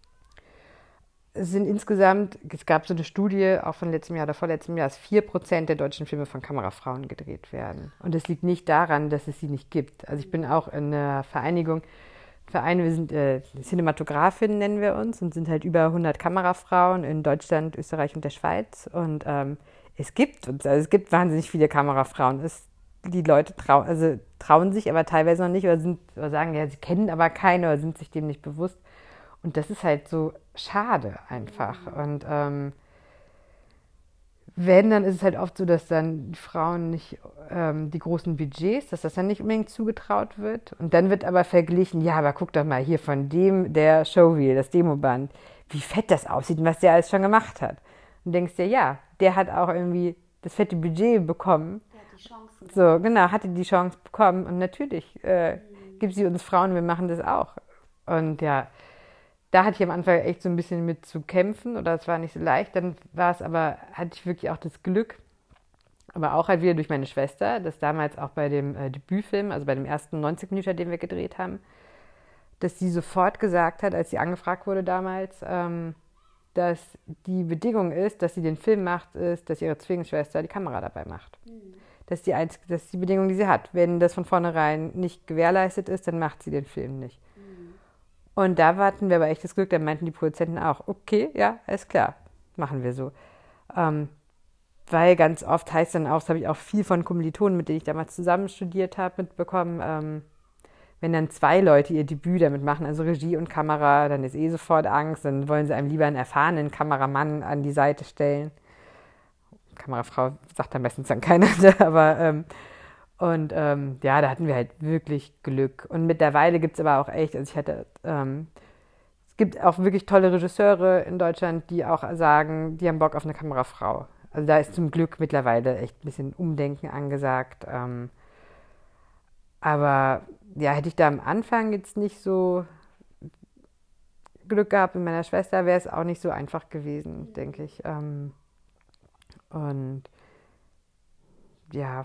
Es sind insgesamt, es gab so eine Studie, auch von letztem Jahr oder vorletztem Jahr, dass vier Prozent der deutschen Filme von Kamerafrauen gedreht werden. Und das liegt nicht daran, dass es sie nicht gibt. Also ich bin auch in einer Vereinigung, Verein, wir sind äh, Cinematografinnen, nennen wir uns, und sind halt über hundert Kamerafrauen in Deutschland, Österreich und der Schweiz. Und ähm, es gibt uns, also es gibt wahnsinnig viele Kamerafrauen. Es Die Leute trau also trauen sich aber teilweise noch nicht oder, sind, oder sagen, ja, sie kennen aber keine oder sind sich dem nicht bewusst. Und das ist halt so schade einfach. Und ähm, wenn, dann ist es halt oft so, dass dann die Frauen nicht ähm, die großen Budgets, dass das dann nicht unbedingt zugetraut wird. Und dann wird aber verglichen, ja, aber guck doch mal hier von dem, der Showreel, das Demoband, wie fett das aussieht und was der alles schon gemacht hat. Und denkst dir, ja, der hat auch irgendwie das fette Budget bekommen. Chancen. So, genau, hatte die Chance bekommen und natürlich äh, mhm. gibt sie uns Frauen, wir machen das auch. Und ja, da hatte ich am Anfang echt so ein bisschen mit zu kämpfen oder es war nicht so leicht. Dann war es aber, hatte ich wirklich auch das Glück, aber auch halt wieder durch meine Schwester, dass damals auch bei dem äh, Debütfilm, also bei dem ersten neunzig Minuten, den wir gedreht haben, dass sie sofort gesagt hat, als sie angefragt wurde damals, ähm, dass die Bedingung ist, dass sie den Film macht, ist, dass ihre Zwillingsschwester die Kamera dabei macht. Mhm. Das ist, die einzige, das ist die Bedingung, die sie hat. Wenn das von vornherein nicht gewährleistet ist, dann macht sie den Film nicht. Mhm. Und da hatten wir aber echt das Glück, da meinten die Produzenten auch, okay, ja, ist klar. machen wir so. Ähm, weil ganz oft heißt dann auch, das habe ich auch viel von Kommilitonen, mit denen ich damals zusammen studiert habe, mitbekommen, ähm, wenn dann zwei Leute ihr Debüt damit machen, also Regie und Kamera, dann ist eh sofort Angst, dann wollen sie einem lieber einen erfahrenen Kameramann an die Seite stellen. Kamerafrau sagt dann meistens dann keiner, aber ähm, und ähm, ja, da hatten wir halt wirklich Glück. Und mittlerweile gibt es aber auch echt, also ich hatte, ähm, es gibt auch wirklich tolle Regisseure in Deutschland, die auch sagen, die haben Bock auf eine Kamerafrau. Also da ist zum Glück mittlerweile echt ein bisschen Umdenken angesagt. Ähm, aber ja, hätte ich da am Anfang jetzt nicht so Glück gehabt mit meiner Schwester, wäre es auch nicht so einfach gewesen, denke ich. Ähm, und ja,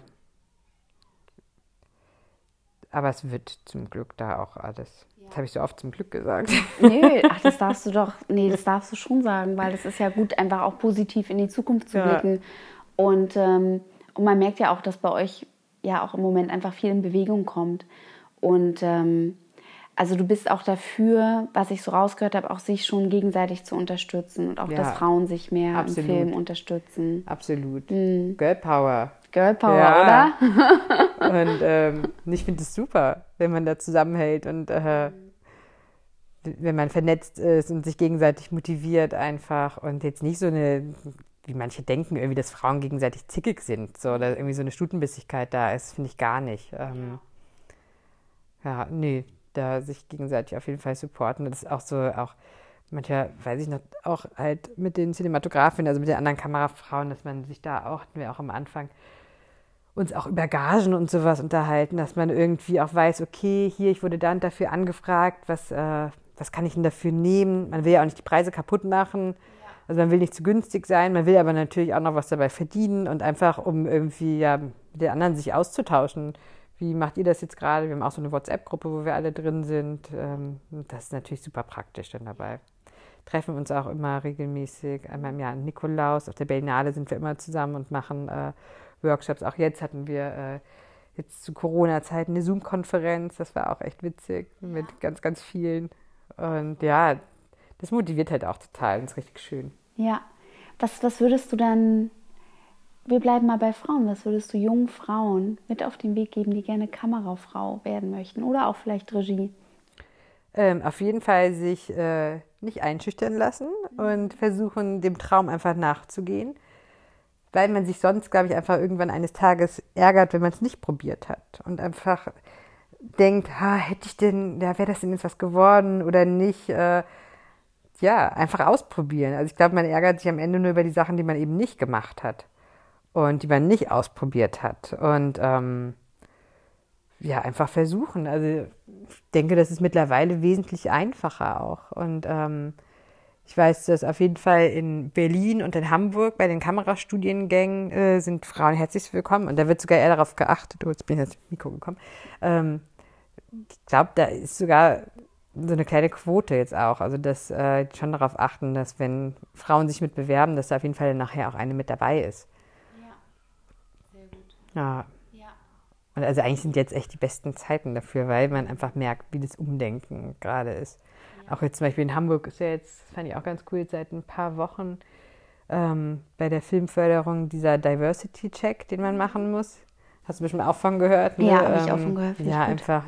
aber es wird zum Glück da auch alles. Ja. Das habe ich so oft zum Glück gesagt. Nee, ach, das darfst du doch, nee, das darfst du schon sagen, weil das ist ja gut, einfach auch positiv in die Zukunft zu ja. blicken. Und, ähm, und man merkt ja auch, dass bei euch ja auch im Moment einfach viel in Bewegung kommt. Und ähm, also du bist auch dafür, was ich so rausgehört habe, auch sich schon gegenseitig zu unterstützen und auch, ja. dass Frauen sich mehr Absolut. im Film unterstützen. Absolut. Mhm. Girl Power. Girl Power, ja. oder? Und ähm, ich finde es super, wenn man da zusammenhält und äh, wenn man vernetzt ist und sich gegenseitig motiviert einfach und jetzt nicht so eine, wie manche denken, irgendwie, dass Frauen gegenseitig zickig sind so, oder irgendwie so eine Stutenbissigkeit da ist, finde ich gar nicht. Ähm, ja. ja, nee, da sich gegenseitig auf jeden Fall supporten. Das ist auch so, auch manchmal, weiß ich noch, auch halt mit den Cinematografinnen, also mit den anderen Kamerafrauen, dass man sich da auch, hatten wir auch am Anfang, uns auch über Gagen und sowas unterhalten, dass man irgendwie auch weiß, okay, hier, ich wurde dann dafür angefragt, was, äh, was kann ich denn dafür nehmen? Man will ja auch nicht die Preise kaputt machen, also man will nicht zu günstig sein, man will aber natürlich auch noch was dabei verdienen und einfach, um irgendwie ja, mit den anderen sich auszutauschen. Wie macht ihr das jetzt gerade? Wir haben auch so eine WhatsApp-Gruppe, wo wir alle drin sind. Ähm, das ist natürlich super praktisch dann dabei. Treffen uns auch immer regelmäßig, einmal im Jahr in Nikolaus, auf der Berlinale sind wir immer zusammen und machen äh, Workshops. Auch jetzt hatten wir äh, jetzt zu Corona-Zeiten eine Zoom-Konferenz, das war auch echt witzig ja. mit ganz, ganz vielen. Und ja, das motiviert halt auch total, das ist richtig schön. Ja, was, was würdest du dann, wir bleiben mal bei Frauen, was würdest du jungen Frauen mit auf den Weg geben, die gerne Kamerafrau werden möchten oder auch vielleicht Regie? Ähm, auf jeden Fall sich äh, nicht einschüchtern lassen und versuchen, dem Traum einfach nachzugehen. Weil man sich sonst, glaube ich, einfach irgendwann eines Tages ärgert, wenn man es nicht probiert hat. Und einfach denkt, ha, hätte ich denn, ja, wäre das denn jetzt was geworden oder nicht? Äh, ja, einfach ausprobieren. Also ich glaube, man ärgert sich am Ende nur über die Sachen, die man eben nicht gemacht hat. Und die man nicht ausprobiert hat. Und ähm, ja, einfach versuchen. Also ich denke, das ist mittlerweile wesentlich einfacher auch. Und ähm, ich weiß, dass auf jeden Fall in Berlin und in Hamburg bei den Kamerastudiengängen äh, sind Frauen herzlich willkommen. Und da wird sogar eher darauf geachtet, oh, jetzt bin ich ins Mikro gekommen. Ähm, ich glaube, da ist sogar so eine kleine Quote jetzt auch. Also dass äh, schon darauf achten, dass wenn Frauen sich mit bewerben, dass da auf jeden Fall nachher auch eine mit dabei ist. Ja, sehr gut. Ja. ja. Und also eigentlich sind jetzt echt die besten Zeiten dafür, weil man einfach merkt, wie das Umdenken gerade ist. Auch jetzt zum Beispiel in Hamburg ist ja jetzt, das fand ich auch ganz cool, seit ein paar Wochen ähm, bei der Filmförderung dieser Diversity-Check, den man machen muss. Hast du bestimmt auch von gehört? Ne? Ja, habe ich auch von gehört. Ja, einfach,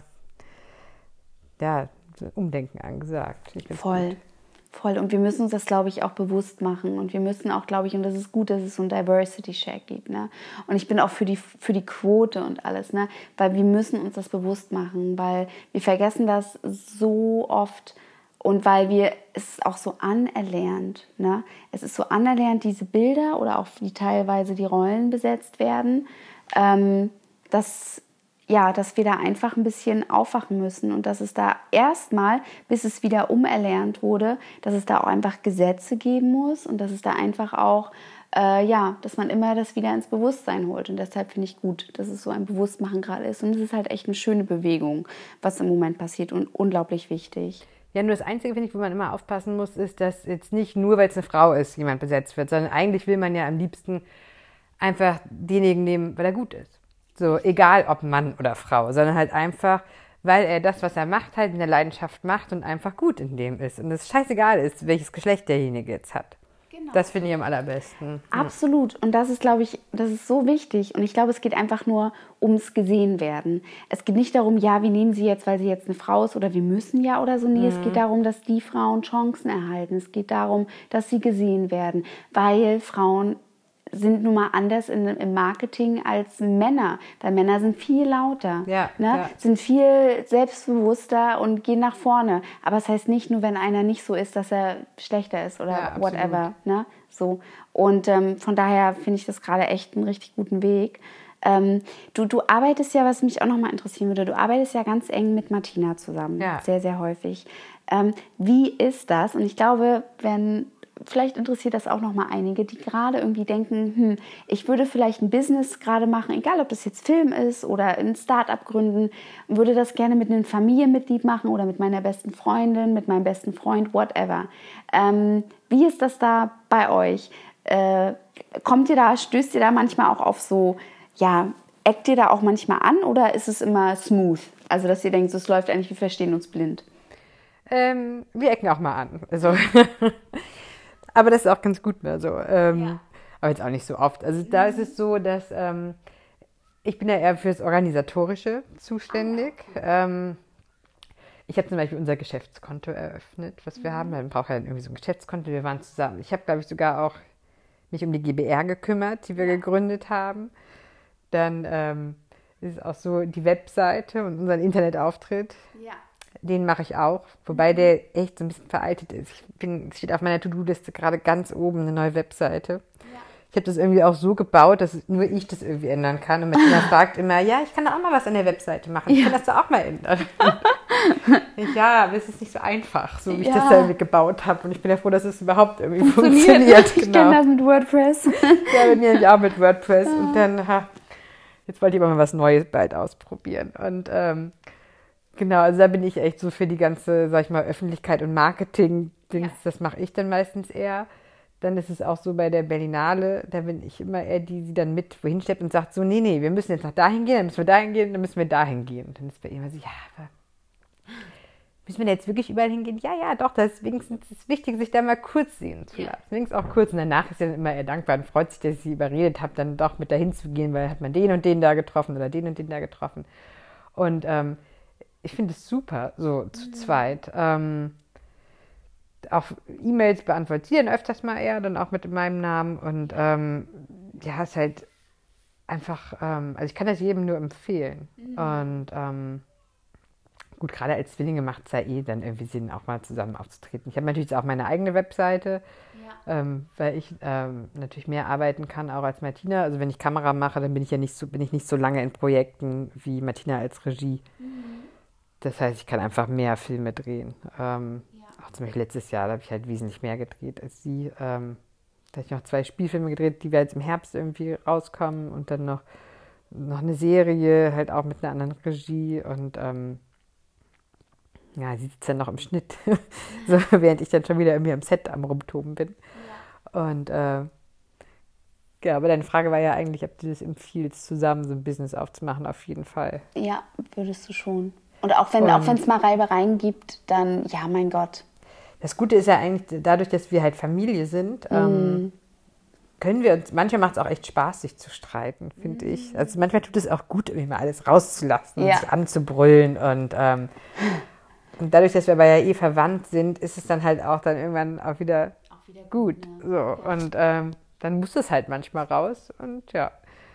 ja, Umdenken angesagt. Voll, gut. voll. Und wir müssen uns das, glaube ich, auch bewusst machen. Und wir müssen auch, glaube ich, und das ist gut, dass es so einen Diversity-Check gibt. Ne? Und ich bin auch für die, für die Quote und alles, ne? Weil wir müssen uns das bewusst machen, weil wir vergessen das so oft. Und weil wir, es ist auch so anerlernt, ne? Es ist so anerlernt, diese Bilder oder auch wie teilweise die Rollen besetzt werden, ähm, dass, ja, dass wir da einfach ein bisschen aufwachen müssen und dass es da erstmal, bis es wieder umerlernt wurde, dass es da auch einfach Gesetze geben muss und dass es da einfach auch, äh, ja, dass man immer das wieder ins Bewusstsein holt. Und deshalb finde ich gut, dass es so ein Bewusstmachen gerade ist. Und es ist halt echt eine schöne Bewegung, was im Moment passiert und unglaublich wichtig. Ja, nur das Einzige, finde ich, wo man immer aufpassen muss, ist, dass jetzt nicht nur, weil es eine Frau ist, jemand besetzt wird, sondern eigentlich will man ja am liebsten einfach denjenigen nehmen, weil er gut ist. So, egal ob Mann oder Frau, sondern halt einfach, weil er das, was er macht, halt in der Leidenschaft macht und einfach gut in dem ist. Und es scheißegal ist, welches Geschlecht derjenige jetzt hat. Genau. Das finde ich am allerbesten. Absolut. Und das ist, glaube ich, das ist so wichtig. Und ich glaube, es geht einfach nur ums Gesehenwerden. Es geht nicht darum, ja, wir nehmen sie jetzt, weil sie jetzt eine Frau ist oder wir müssen ja oder so. Nee, mhm. Es geht darum, dass die Frauen Chancen erhalten. Es geht darum, dass sie gesehen werden, weil Frauen sind nun mal anders in, im Marketing als Männer, weil Männer sind viel lauter, ja, ne? Ja. Sind viel selbstbewusster und gehen nach vorne. Aber es heißt nicht nur, wenn einer nicht so ist, dass er schlechter ist oder ja, whatever. Ne? So. Und ähm, von daher finde ich das gerade echt einen richtig guten Weg. Ähm, du, du arbeitest ja, was mich auch nochmal interessieren würde, du arbeitest ja ganz eng mit Martina zusammen, ja. sehr, sehr häufig. Ähm, wie ist das? Und ich glaube, wenn... Vielleicht interessiert das auch noch mal einige, die gerade irgendwie denken, hm, ich würde vielleicht ein Business gerade machen, egal ob das jetzt Film ist oder ein Start-up gründen, würde das gerne mit einem Familienmitglied machen oder mit meiner besten Freundin, mit meinem besten Freund, whatever. Ähm, wie ist das da bei euch? Äh, kommt ihr da, stößt ihr da manchmal auch auf so, ja, eckt ihr da auch manchmal an oder ist es immer smooth? Also, dass ihr denkt, so, es läuft eigentlich, wir verstehen uns blind. Ähm, wir ecken auch mal an. Also... Aber das ist auch ganz gut mehr so. Ähm, ja. Aber jetzt auch nicht so oft. Also da ist es so, dass ähm, ich bin ja eher fürs Organisatorische zuständig. Ah, okay. ähm, ich habe zum Beispiel unser Geschäftskonto eröffnet, was wir mhm. haben. Man braucht ja irgendwie so ein Geschäftskonto. Wir waren zusammen. Ich habe, glaube ich, sogar auch mich um die G b R gekümmert, die wir ja. gegründet haben. Dann ähm, ist es auch so die Webseite und unseren Internetauftritt. Ja. Den mache ich auch, wobei der echt so ein bisschen veraltet ist. Ich bin, es steht auf meiner To-Do-Liste gerade ganz oben eine neue Webseite. Ja. Ich habe das irgendwie auch so gebaut, dass nur ich das irgendwie ändern kann. Und Martina fragt immer, ja, ich kann da auch mal was an der Webseite machen. Ich ja. kann das da auch mal ändern. ich, ja, aber es ist nicht so einfach, so wie ja. ich das da irgendwie gebaut habe. Und ich bin ja froh, dass es überhaupt irgendwie funktioniert. funktioniert. Ich genau. kenne das mit WordPress. ja, bei mir auch mit WordPress. Und dann, ha, jetzt wollte ich aber mal was Neues bald ausprobieren. Und ähm, genau, also da bin ich echt so für die ganze, sag ich mal, Öffentlichkeit und Marketing-Dings, ja. das mache ich dann meistens eher. Dann ist es auch so bei der Berlinale, da bin ich immer eher die, die dann mit wohin steppt und sagt so, nee, nee, wir müssen jetzt nach dahin gehen, dann müssen wir dahin gehen, dann müssen wir dahin gehen. Und dann ist bei ihr immer so, ja, aber müssen wir da jetzt wirklich überall hingehen? Ja, ja, doch, das ist wenigstens ist wichtig, sich da mal kurz sehen zu lassen. Wenigstens auch kurz. Und danach ist sie dann immer eher dankbar und freut sich, dass ich sie überredet habe, dann doch mit dahin zu gehen, weil hat man den und den da getroffen oder den und den da getroffen. Und ähm, ich finde es super, so zu mhm. zweit. Ähm, auch E-Mails beantwortet sie dann öfters mal eher, dann auch mit meinem Namen. Und ähm, ja, ist halt einfach, ähm, also ich kann das jedem nur empfehlen. Mhm. Und ähm, gut, gerade als Zwillinge macht es ja eh dann irgendwie Sinn, auch mal zusammen aufzutreten. Ich habe natürlich auch meine eigene Webseite, ja. ähm, weil ich ähm, natürlich mehr arbeiten kann, auch als Martina. Also wenn ich Kamera mache, dann bin ich ja nicht so, bin ich nicht so lange in Projekten wie Martina als Regie. Mhm. Das heißt, ich kann einfach mehr Filme drehen. Ähm, ja. Auch zum Beispiel letztes Jahr, da habe ich halt wesentlich mehr gedreht als sie. Ähm, da habe ich noch zwei Spielfilme gedreht, die wir jetzt im Herbst irgendwie rauskommen. Und dann noch, noch eine Serie, halt auch mit einer anderen Regie. Und ähm, ja, sie sitzt dann noch im Schnitt, so, während ich dann schon wieder irgendwie am Set am Rumtoben bin. Ja. Und äh, ja, aber deine Frage war ja eigentlich, ob du das empfiehlst, zusammen so ein Business aufzumachen, auf jeden Fall. Ja, würdest du schon. Und auch wenn auch wenn es mal Reibereien gibt, dann, ja, mein Gott. Das Gute ist ja eigentlich, dadurch, dass wir halt Familie sind, mm. ähm, können wir uns, manchmal macht es auch echt Spaß, sich zu streiten, finde mm. ich. Also manchmal tut es auch gut, irgendwie mal alles rauszulassen, ja. sich anzubrüllen. Und, ähm, und dadurch, dass wir aber ja eh verwandt sind, ist es dann halt auch dann irgendwann auch wieder, auch wieder gut. gut ja. So. Und ähm, dann muss es halt manchmal raus und ja.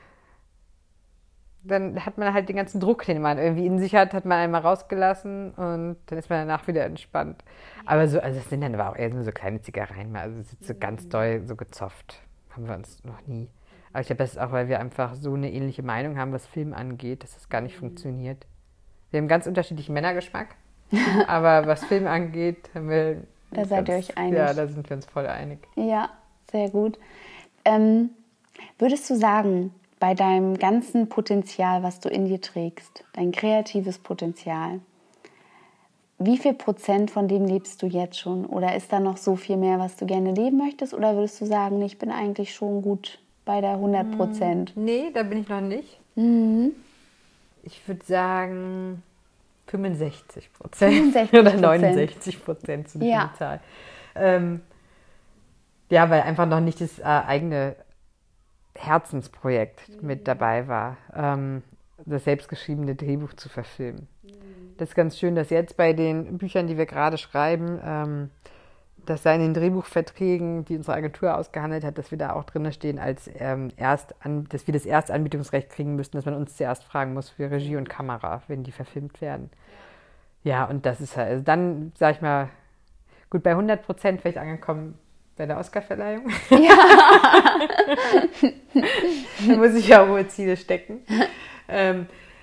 Dann hat man halt den ganzen Druck, den man irgendwie in sich hat, hat man einmal rausgelassen und dann ist man danach wieder entspannt. Ja. Aber so, also es sind dann aber auch eher nur so kleine Zigareien, also es ist so ganz doll so gezofft. Haben wir uns noch nie. Aber ich glaube, das ist auch, weil wir einfach so eine ähnliche Meinung haben, was Film angeht, dass das gar nicht mhm. funktioniert. Wir haben ganz unterschiedlichen Männergeschmack, aber was Film angeht, haben wir... Da seid ihr euch einig. Ja, da sind wir uns voll einig. Ja, sehr gut. Ähm, würdest du sagen, bei deinem ganzen Potenzial, was du in dir trägst, dein kreatives Potenzial, wie viel Prozent von dem lebst du jetzt schon? Oder ist da noch so viel mehr, was du gerne leben möchtest? Oder würdest du sagen, ich bin eigentlich schon gut bei der hundert Prozent? Nee, da bin ich noch nicht. Mhm. Ich würde sagen fünfundsechzig Prozent fünfundsechzig oder neunundsechzig Prozent zu ja. Zahl. Ähm, Ja, weil einfach noch nicht das äh, eigene Herzensprojekt mhm. mit dabei war, ähm, das selbstgeschriebene Drehbuch zu verfilmen. Mhm. Das ist ganz schön, dass jetzt bei den Büchern, die wir gerade schreiben, ähm, dass da in den Drehbuchverträgen, die unsere Agentur ausgehandelt hat, dass wir da auch drin stehen, als ähm, erst an, dass wir das Erstanbietungsrecht kriegen müssten, dass man uns zuerst fragen muss für Regie und Kamera, wenn die verfilmt werden. Ja, und das ist halt, also dann, sag ich mal, gut, bei hundert Prozent vielleicht angekommen bei der Oscarverleihung. Ja. Da muss ich ja hohe Ziele stecken. ähm,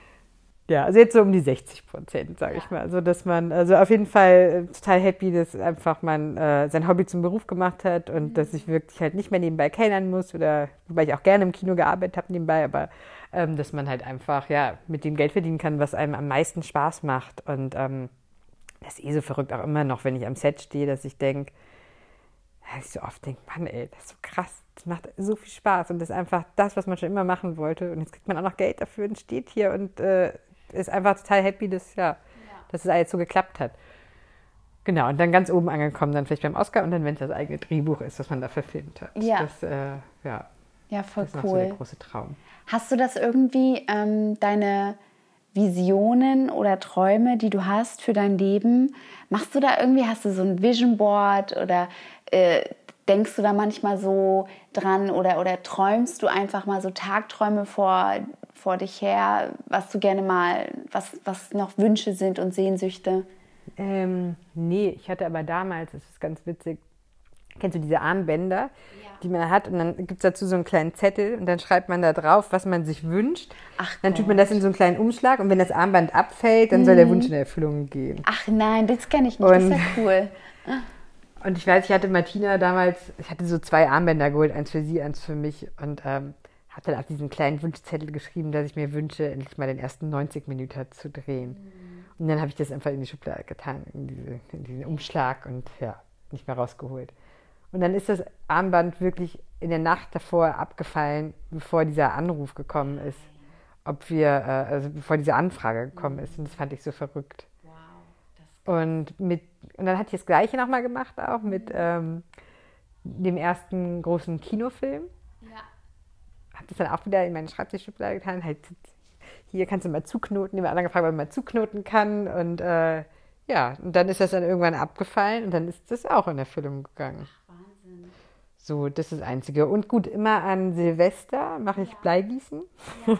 ja, also jetzt so um die sechzig Prozent, sage ich mal. Also, dass man, also auf jeden Fall total happy, dass einfach man äh, sein Hobby zum Beruf gemacht hat und mhm. dass ich wirklich halt nicht mehr nebenbei kellnern muss oder, wobei ich auch gerne im Kino gearbeitet habe nebenbei, aber ähm, dass man halt einfach, ja, mit dem Geld verdienen kann, was einem am meisten Spaß macht. Und ähm, das ist eh so verrückt auch immer noch, wenn ich am Set stehe, dass ich denke, dass ich so oft denke, Mann, ey, das ist so krass, das macht so viel Spaß und das ist einfach das, was man schon immer machen wollte und jetzt kriegt man auch noch Geld dafür und steht hier und äh, ist einfach total happy, dass, ja, ja. dass es alles so geklappt hat. Genau, und dann ganz oben angekommen, dann vielleicht beim Oscar und dann, wenn es das eigene Drehbuch ist, was man da verfilmt hat. Ja, das, äh, ja, ja voll das ist cool. noch so der große Traum. Hast du das irgendwie, ähm, deine Visionen oder Träume, die du hast für dein Leben, machst du da irgendwie, hast du so ein Vision Board oder äh, denkst du da manchmal so dran oder, oder träumst du einfach mal so Tagträume vor, vor dich her, was du gerne mal, was, was noch Wünsche sind und Sehnsüchte? Ähm, nee, ich hatte aber damals, das ist ganz witzig, kennst du diese Armbänder, ja. die man hat und dann gibt es dazu so einen kleinen Zettel und dann schreibt man da drauf, was man sich wünscht. Ach dann Gott. Tut man das in so einen kleinen Umschlag und wenn das Armband abfällt, dann mhm. soll der Wunsch in Erfüllung gehen. Ach nein, das kenne ich nicht, und, das ist ja cool. Und ich weiß, ich hatte Martina damals, ich hatte so zwei Armbänder geholt, eins für sie, eins für mich und ähm, habe dann auf diesen kleinen Wunschzettel geschrieben, dass ich mir wünsche, endlich mal den ersten neunzig Minuten zu drehen. Mhm. Und dann habe ich das einfach in die Schublade getan, in, diese, in diesen Umschlag und ja, nicht mehr rausgeholt. Und dann ist das Armband wirklich in der Nacht davor abgefallen, bevor dieser Anruf gekommen ist, ob wir, äh, also bevor diese Anfrage gekommen ist. Und das fand ich so verrückt. Wow, das und, mit, und dann hatte ich das Gleiche nochmal gemacht, auch mit ähm, dem ersten großen Kinofilm. Ja. Habe das dann auch wieder in meine Schreibtischschublade getan. Halt, hier kannst du mal zuknoten. Jemand anderen gefragt, ob man mal zuknoten kann. Und äh, ja, und dann ist das dann irgendwann abgefallen und dann ist das auch in Erfüllung gegangen. Ach, Wahnsinn. So, das ist das Einzige. Und gut, immer an Silvester mache ich ja. Bleigießen ja.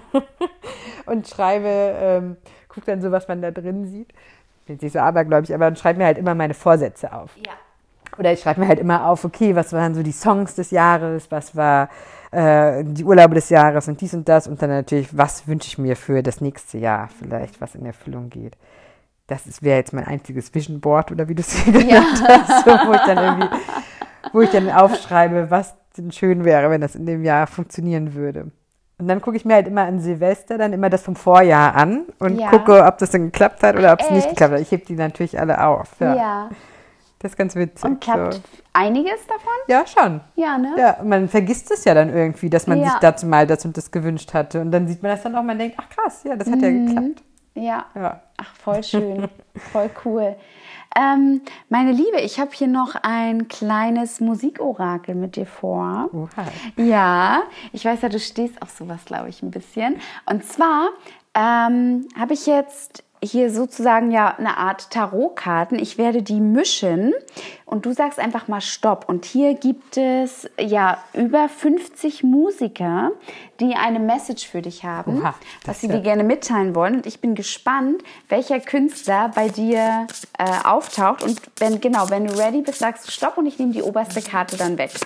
und schreibe, ähm, gucke dann so, was man da drin sieht. Ich bin jetzt nicht so abergläubig, aber dann schreibe mir halt immer meine Vorsätze auf. Ja. Oder ich schreibe mir halt immer auf, okay, was waren so die Songs des Jahres, was war äh, die Urlaube des Jahres und dies und das. Und dann natürlich, was wünsche ich mir für das nächste Jahr vielleicht, was in Erfüllung geht. Das wäre jetzt mein einziges Vision Board oder wie du es genannt ja. hast, so, wo ich dann irgendwie, wo ich dann aufschreibe, was denn schön wäre, wenn das in dem Jahr funktionieren würde. Und dann gucke ich mir halt immer an Silvester dann immer das vom Vorjahr an und ja. gucke, ob das dann geklappt hat oder ob es nicht geklappt hat. Ich hebe die natürlich alle auf. Ja. ja. Das ist ganz witzig. Und klappt so. einiges davon? Ja, schon. Ja, ne? Ja, man vergisst es ja dann irgendwie, dass man ja. sich dazu mal das und das gewünscht hatte. Und dann sieht man das dann auch, man denkt, ach krass, ja, das hat mhm. ja geklappt. Ja. ja, ach voll schön, voll cool. Ähm, meine Liebe, ich habe hier noch ein kleines Musikorakel mit dir vor. Oha. Ja, ich weiß ja, du stehst auf sowas, glaube ich, ein bisschen. Und zwar ähm, habe ich jetzt hier sozusagen ja eine Art Tarotkarten. Ich werde die mischen und du sagst einfach mal Stopp. Und hier gibt es ja über fünfzig Musiker, die eine Message für dich haben, Oha, was sie dir gerne mitteilen wollen. Und ich bin gespannt, welcher Künstler bei dir äh, auftaucht. Und wenn genau, wenn du ready bist, sagst du Stopp und ich nehme die oberste Karte dann weg.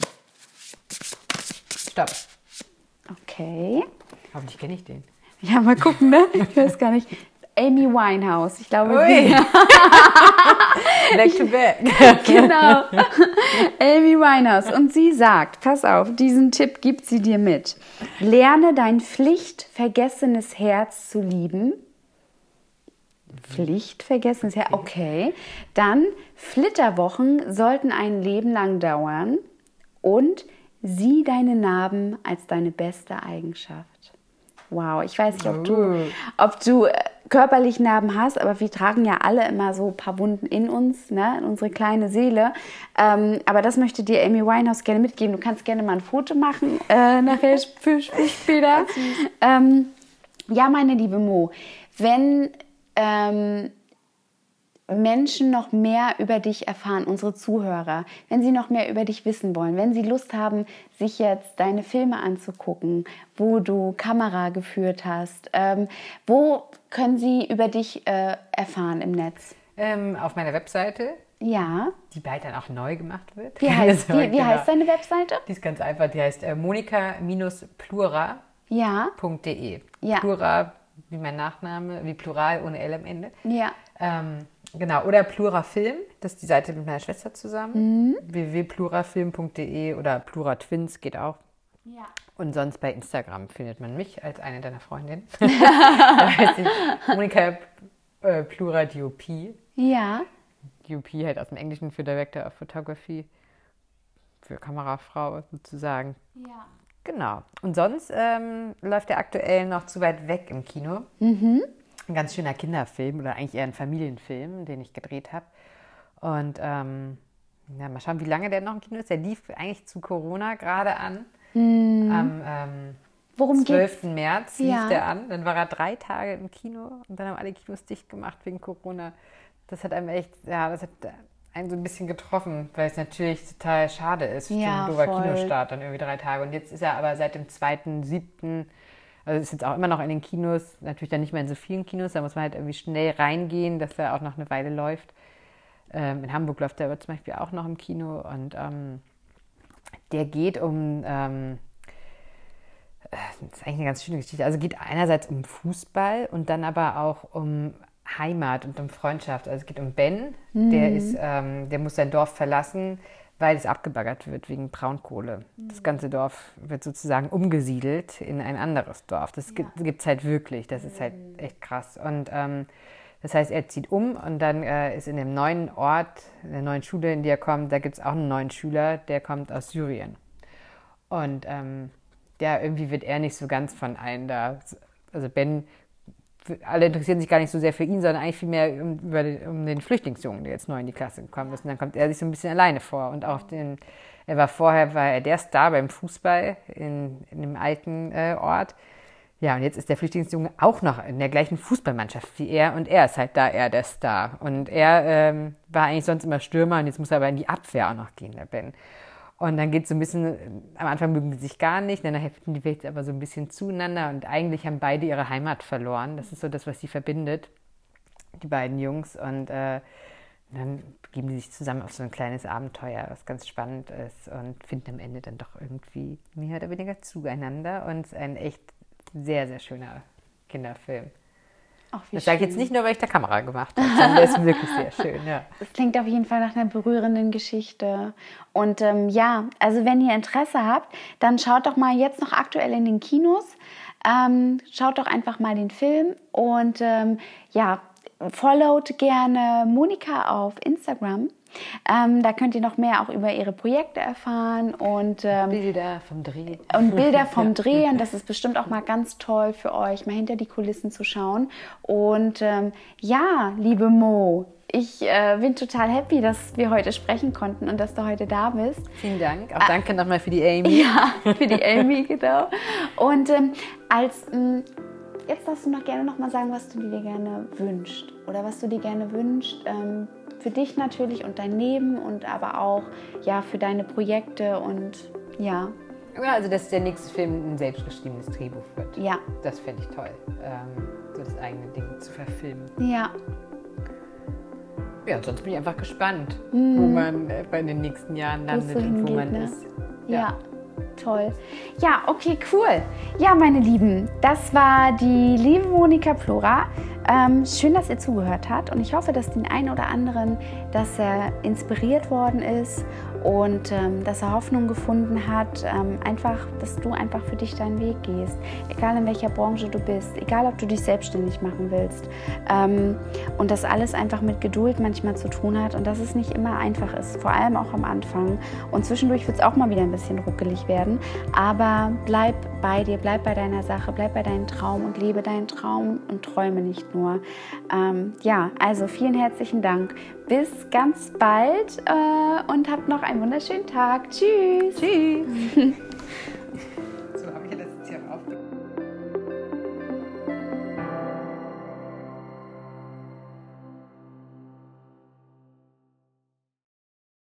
Stopp. Okay. Hoffentlich kenne ich den. Ja, mal gucken, ne? Ich weiß gar nicht. Amy Winehouse, ich glaube. Ui. Back to back. Genau. Amy Winehouse. Und sie sagt, pass auf, diesen Tipp gibt sie dir mit. Lerne dein pflichtvergessenes Herz zu lieben. Pflichtvergessenes Herz, okay. Dann, Flitterwochen sollten ein Leben lang dauern. Und sieh deine Narben als deine beste Eigenschaft. Wow, ich weiß nicht, ob du, ob du körperlich Narben hast, aber wir tragen ja alle immer so ein paar Wunden in uns, ne, in unsere kleine Seele. Ähm, aber das möchte dir Amy Winehouse gerne mitgeben. Du kannst gerne mal ein Foto machen, äh, nachher für, für später. Ähm, ja, meine liebe Mo, wenn ähm, Menschen noch mehr über dich erfahren, unsere Zuhörer, wenn sie noch mehr über dich wissen wollen, wenn sie Lust haben, sich jetzt deine Filme anzugucken, wo du Kamera geführt hast, ähm, wo können sie über dich äh, erfahren im Netz? Ähm, auf meiner Webseite, ja, die bald dann auch neu gemacht wird. Wie heißt, also, wie, wie genau. heißt deine Webseite? Die ist ganz einfach, die heißt äh, monika Plura punkt de. Ja. Plura wie mein Nachname, wie Plural ohne L am Ende. Ja. Ähm, genau, oder Plura Film, das ist die Seite mit meiner Schwester zusammen. Mhm. w w w punkt plurafilm punkt de oder Plura Twins geht auch. Ja. Und sonst bei Instagram findet man mich als eine deiner Freundinnen. Da heißt ich Monika äh, Plura D O P. Ja. D O P halt aus dem Englischen für Director of Photography, für Kamerafrau sozusagen. Ja. Genau. Und sonst ähm, läuft der aktuell noch zu weit weg im Kino. Mhm. Ein ganz schöner Kinderfilm oder eigentlich eher ein Familienfilm, den ich gedreht habe. Und ähm, ja, mal schauen, wie lange der noch im Kino ist. Der lief eigentlich zu Corona gerade an. Mhm. Am ähm, Worum zwölften geht's? März lief Ja. der an. Dann war er drei Tage im Kino und dann haben alle Kinos dicht gemacht wegen Corona. Das hat einem echt, ja, das hat einen so ein bisschen getroffen, weil es natürlich total schade ist. Ja, so ein doofer voll. Kinostart dann irgendwie drei Tage. Und jetzt ist er aber seit dem zweiten siebten Also ist jetzt auch immer noch in den Kinos, natürlich dann nicht mehr in so vielen Kinos, da muss man halt irgendwie schnell reingehen, dass er auch noch eine Weile läuft. Ähm, in Hamburg läuft er aber zum Beispiel auch noch im Kino und ähm, der geht um, ähm, das ist eigentlich eine ganz schöne Geschichte, also geht einerseits um Fußball und dann aber auch um Heimat und um Freundschaft. Also es geht um Ben, mhm. der ist, ähm, der muss sein Dorf verlassen, weil es abgebaggert wird wegen Braunkohle. Mhm. Das ganze Dorf wird sozusagen umgesiedelt in ein anderes Dorf. Das ja. gibt es halt wirklich. Das ist halt echt krass. Und ähm, das heißt, er zieht um und dann äh, ist in dem neuen Ort, in der neuen Schule, in die er kommt, da gibt es auch einen neuen Schüler, der kommt aus Syrien. Und ähm, ja, irgendwie wird er nicht so ganz von allen da. Also Ben, alle interessieren sich gar nicht so sehr für ihn, sondern eigentlich viel mehr um, über den, um den Flüchtlingsjungen, der jetzt neu in die Klasse gekommen ist. Und dann kommt er sich so ein bisschen alleine vor. Und auch den, er war vorher, war er der Star beim Fußball in, in dem alten äh, Ort. Ja, und jetzt ist der Flüchtlingsjunge auch noch in der gleichen Fußballmannschaft wie er. Und er ist halt da eher der Star. Und er ähm, war eigentlich sonst immer Stürmer und jetzt muss er aber in die Abwehr auch noch gehen, der Ben. Und dann geht es so ein bisschen, am Anfang mögen sie sich gar nicht, dann helfen die vielleicht aber so ein bisschen zueinander und eigentlich haben beide ihre Heimat verloren. Das ist so das, was sie verbindet, die beiden Jungs. Und äh, dann begeben sie sich zusammen auf so ein kleines Abenteuer, was ganz spannend ist und finden am Ende dann doch irgendwie mehr oder weniger zueinander. Und es ist ein echt sehr, sehr schöner Kinderfilm. Ach, das sage ich jetzt nicht nur, weil ich da Kamera gemacht habe, sondern das ist wirklich sehr schön, ja. Das klingt auf jeden Fall nach einer berührenden Geschichte. Und ähm, ja, also wenn ihr Interesse habt, dann schaut doch mal jetzt noch aktuell in den Kinos. Ähm, schaut doch einfach mal den Film und ähm, ja, followt gerne Monika auf Instagram. Ähm, da könnt ihr noch mehr auch über ihre Projekte erfahren und ähm, Bilder vom Dreh. Und Bilder vom Dreh. Und das ist bestimmt auch mal ganz toll für euch, mal hinter die Kulissen zu schauen. Und ähm, ja, liebe Mo, ich äh, bin total happy, dass wir heute sprechen konnten und dass du heute da bist. Vielen Dank. Auch danke ah, nochmal für die Amy. Ja, für die Amy, genau. Und ähm, als ähm, jetzt darfst du noch gerne noch mal sagen, was du dir gerne wünschst oder was du dir gerne wünschst. Ähm, Für dich natürlich und dein Leben und aber auch ja, für deine Projekte und ja. Ja, also dass der nächste Film ein selbstgeschriebenes Drehbuch wird. Ja. Das fände ich toll, ähm, so das eigene Ding zu verfilmen. Ja. Ja, sonst bin ich einfach gespannt, mm. wo man äh, in den nächsten Jahren landet und wo man ne? ist. Ja. ja. Toll. Ja, okay, cool. Ja, meine Lieben, das war die liebe Monika Plura. Ähm, schön, dass ihr zugehört habt und ich hoffe, dass den einen oder anderen, dass er inspiriert worden ist und ähm, dass er Hoffnung gefunden hat, ähm, einfach, dass du einfach für dich deinen Weg gehst, egal in welcher Branche du bist, egal ob du dich selbstständig machen willst, ähm, und das alles einfach mit Geduld manchmal zu tun hat und dass es nicht immer einfach ist, vor allem auch am Anfang, und zwischendurch wird es auch mal wieder ein bisschen ruckelig werden, aber bleib bei dir, bleib bei deiner Sache, bleib bei deinem Traum und lebe deinen Traum und träume nicht nur. Ähm, ja, also vielen herzlichen Dank. Bis ganz bald äh, und habt noch einen wunderschönen Tag. Tschüss. Tschüss.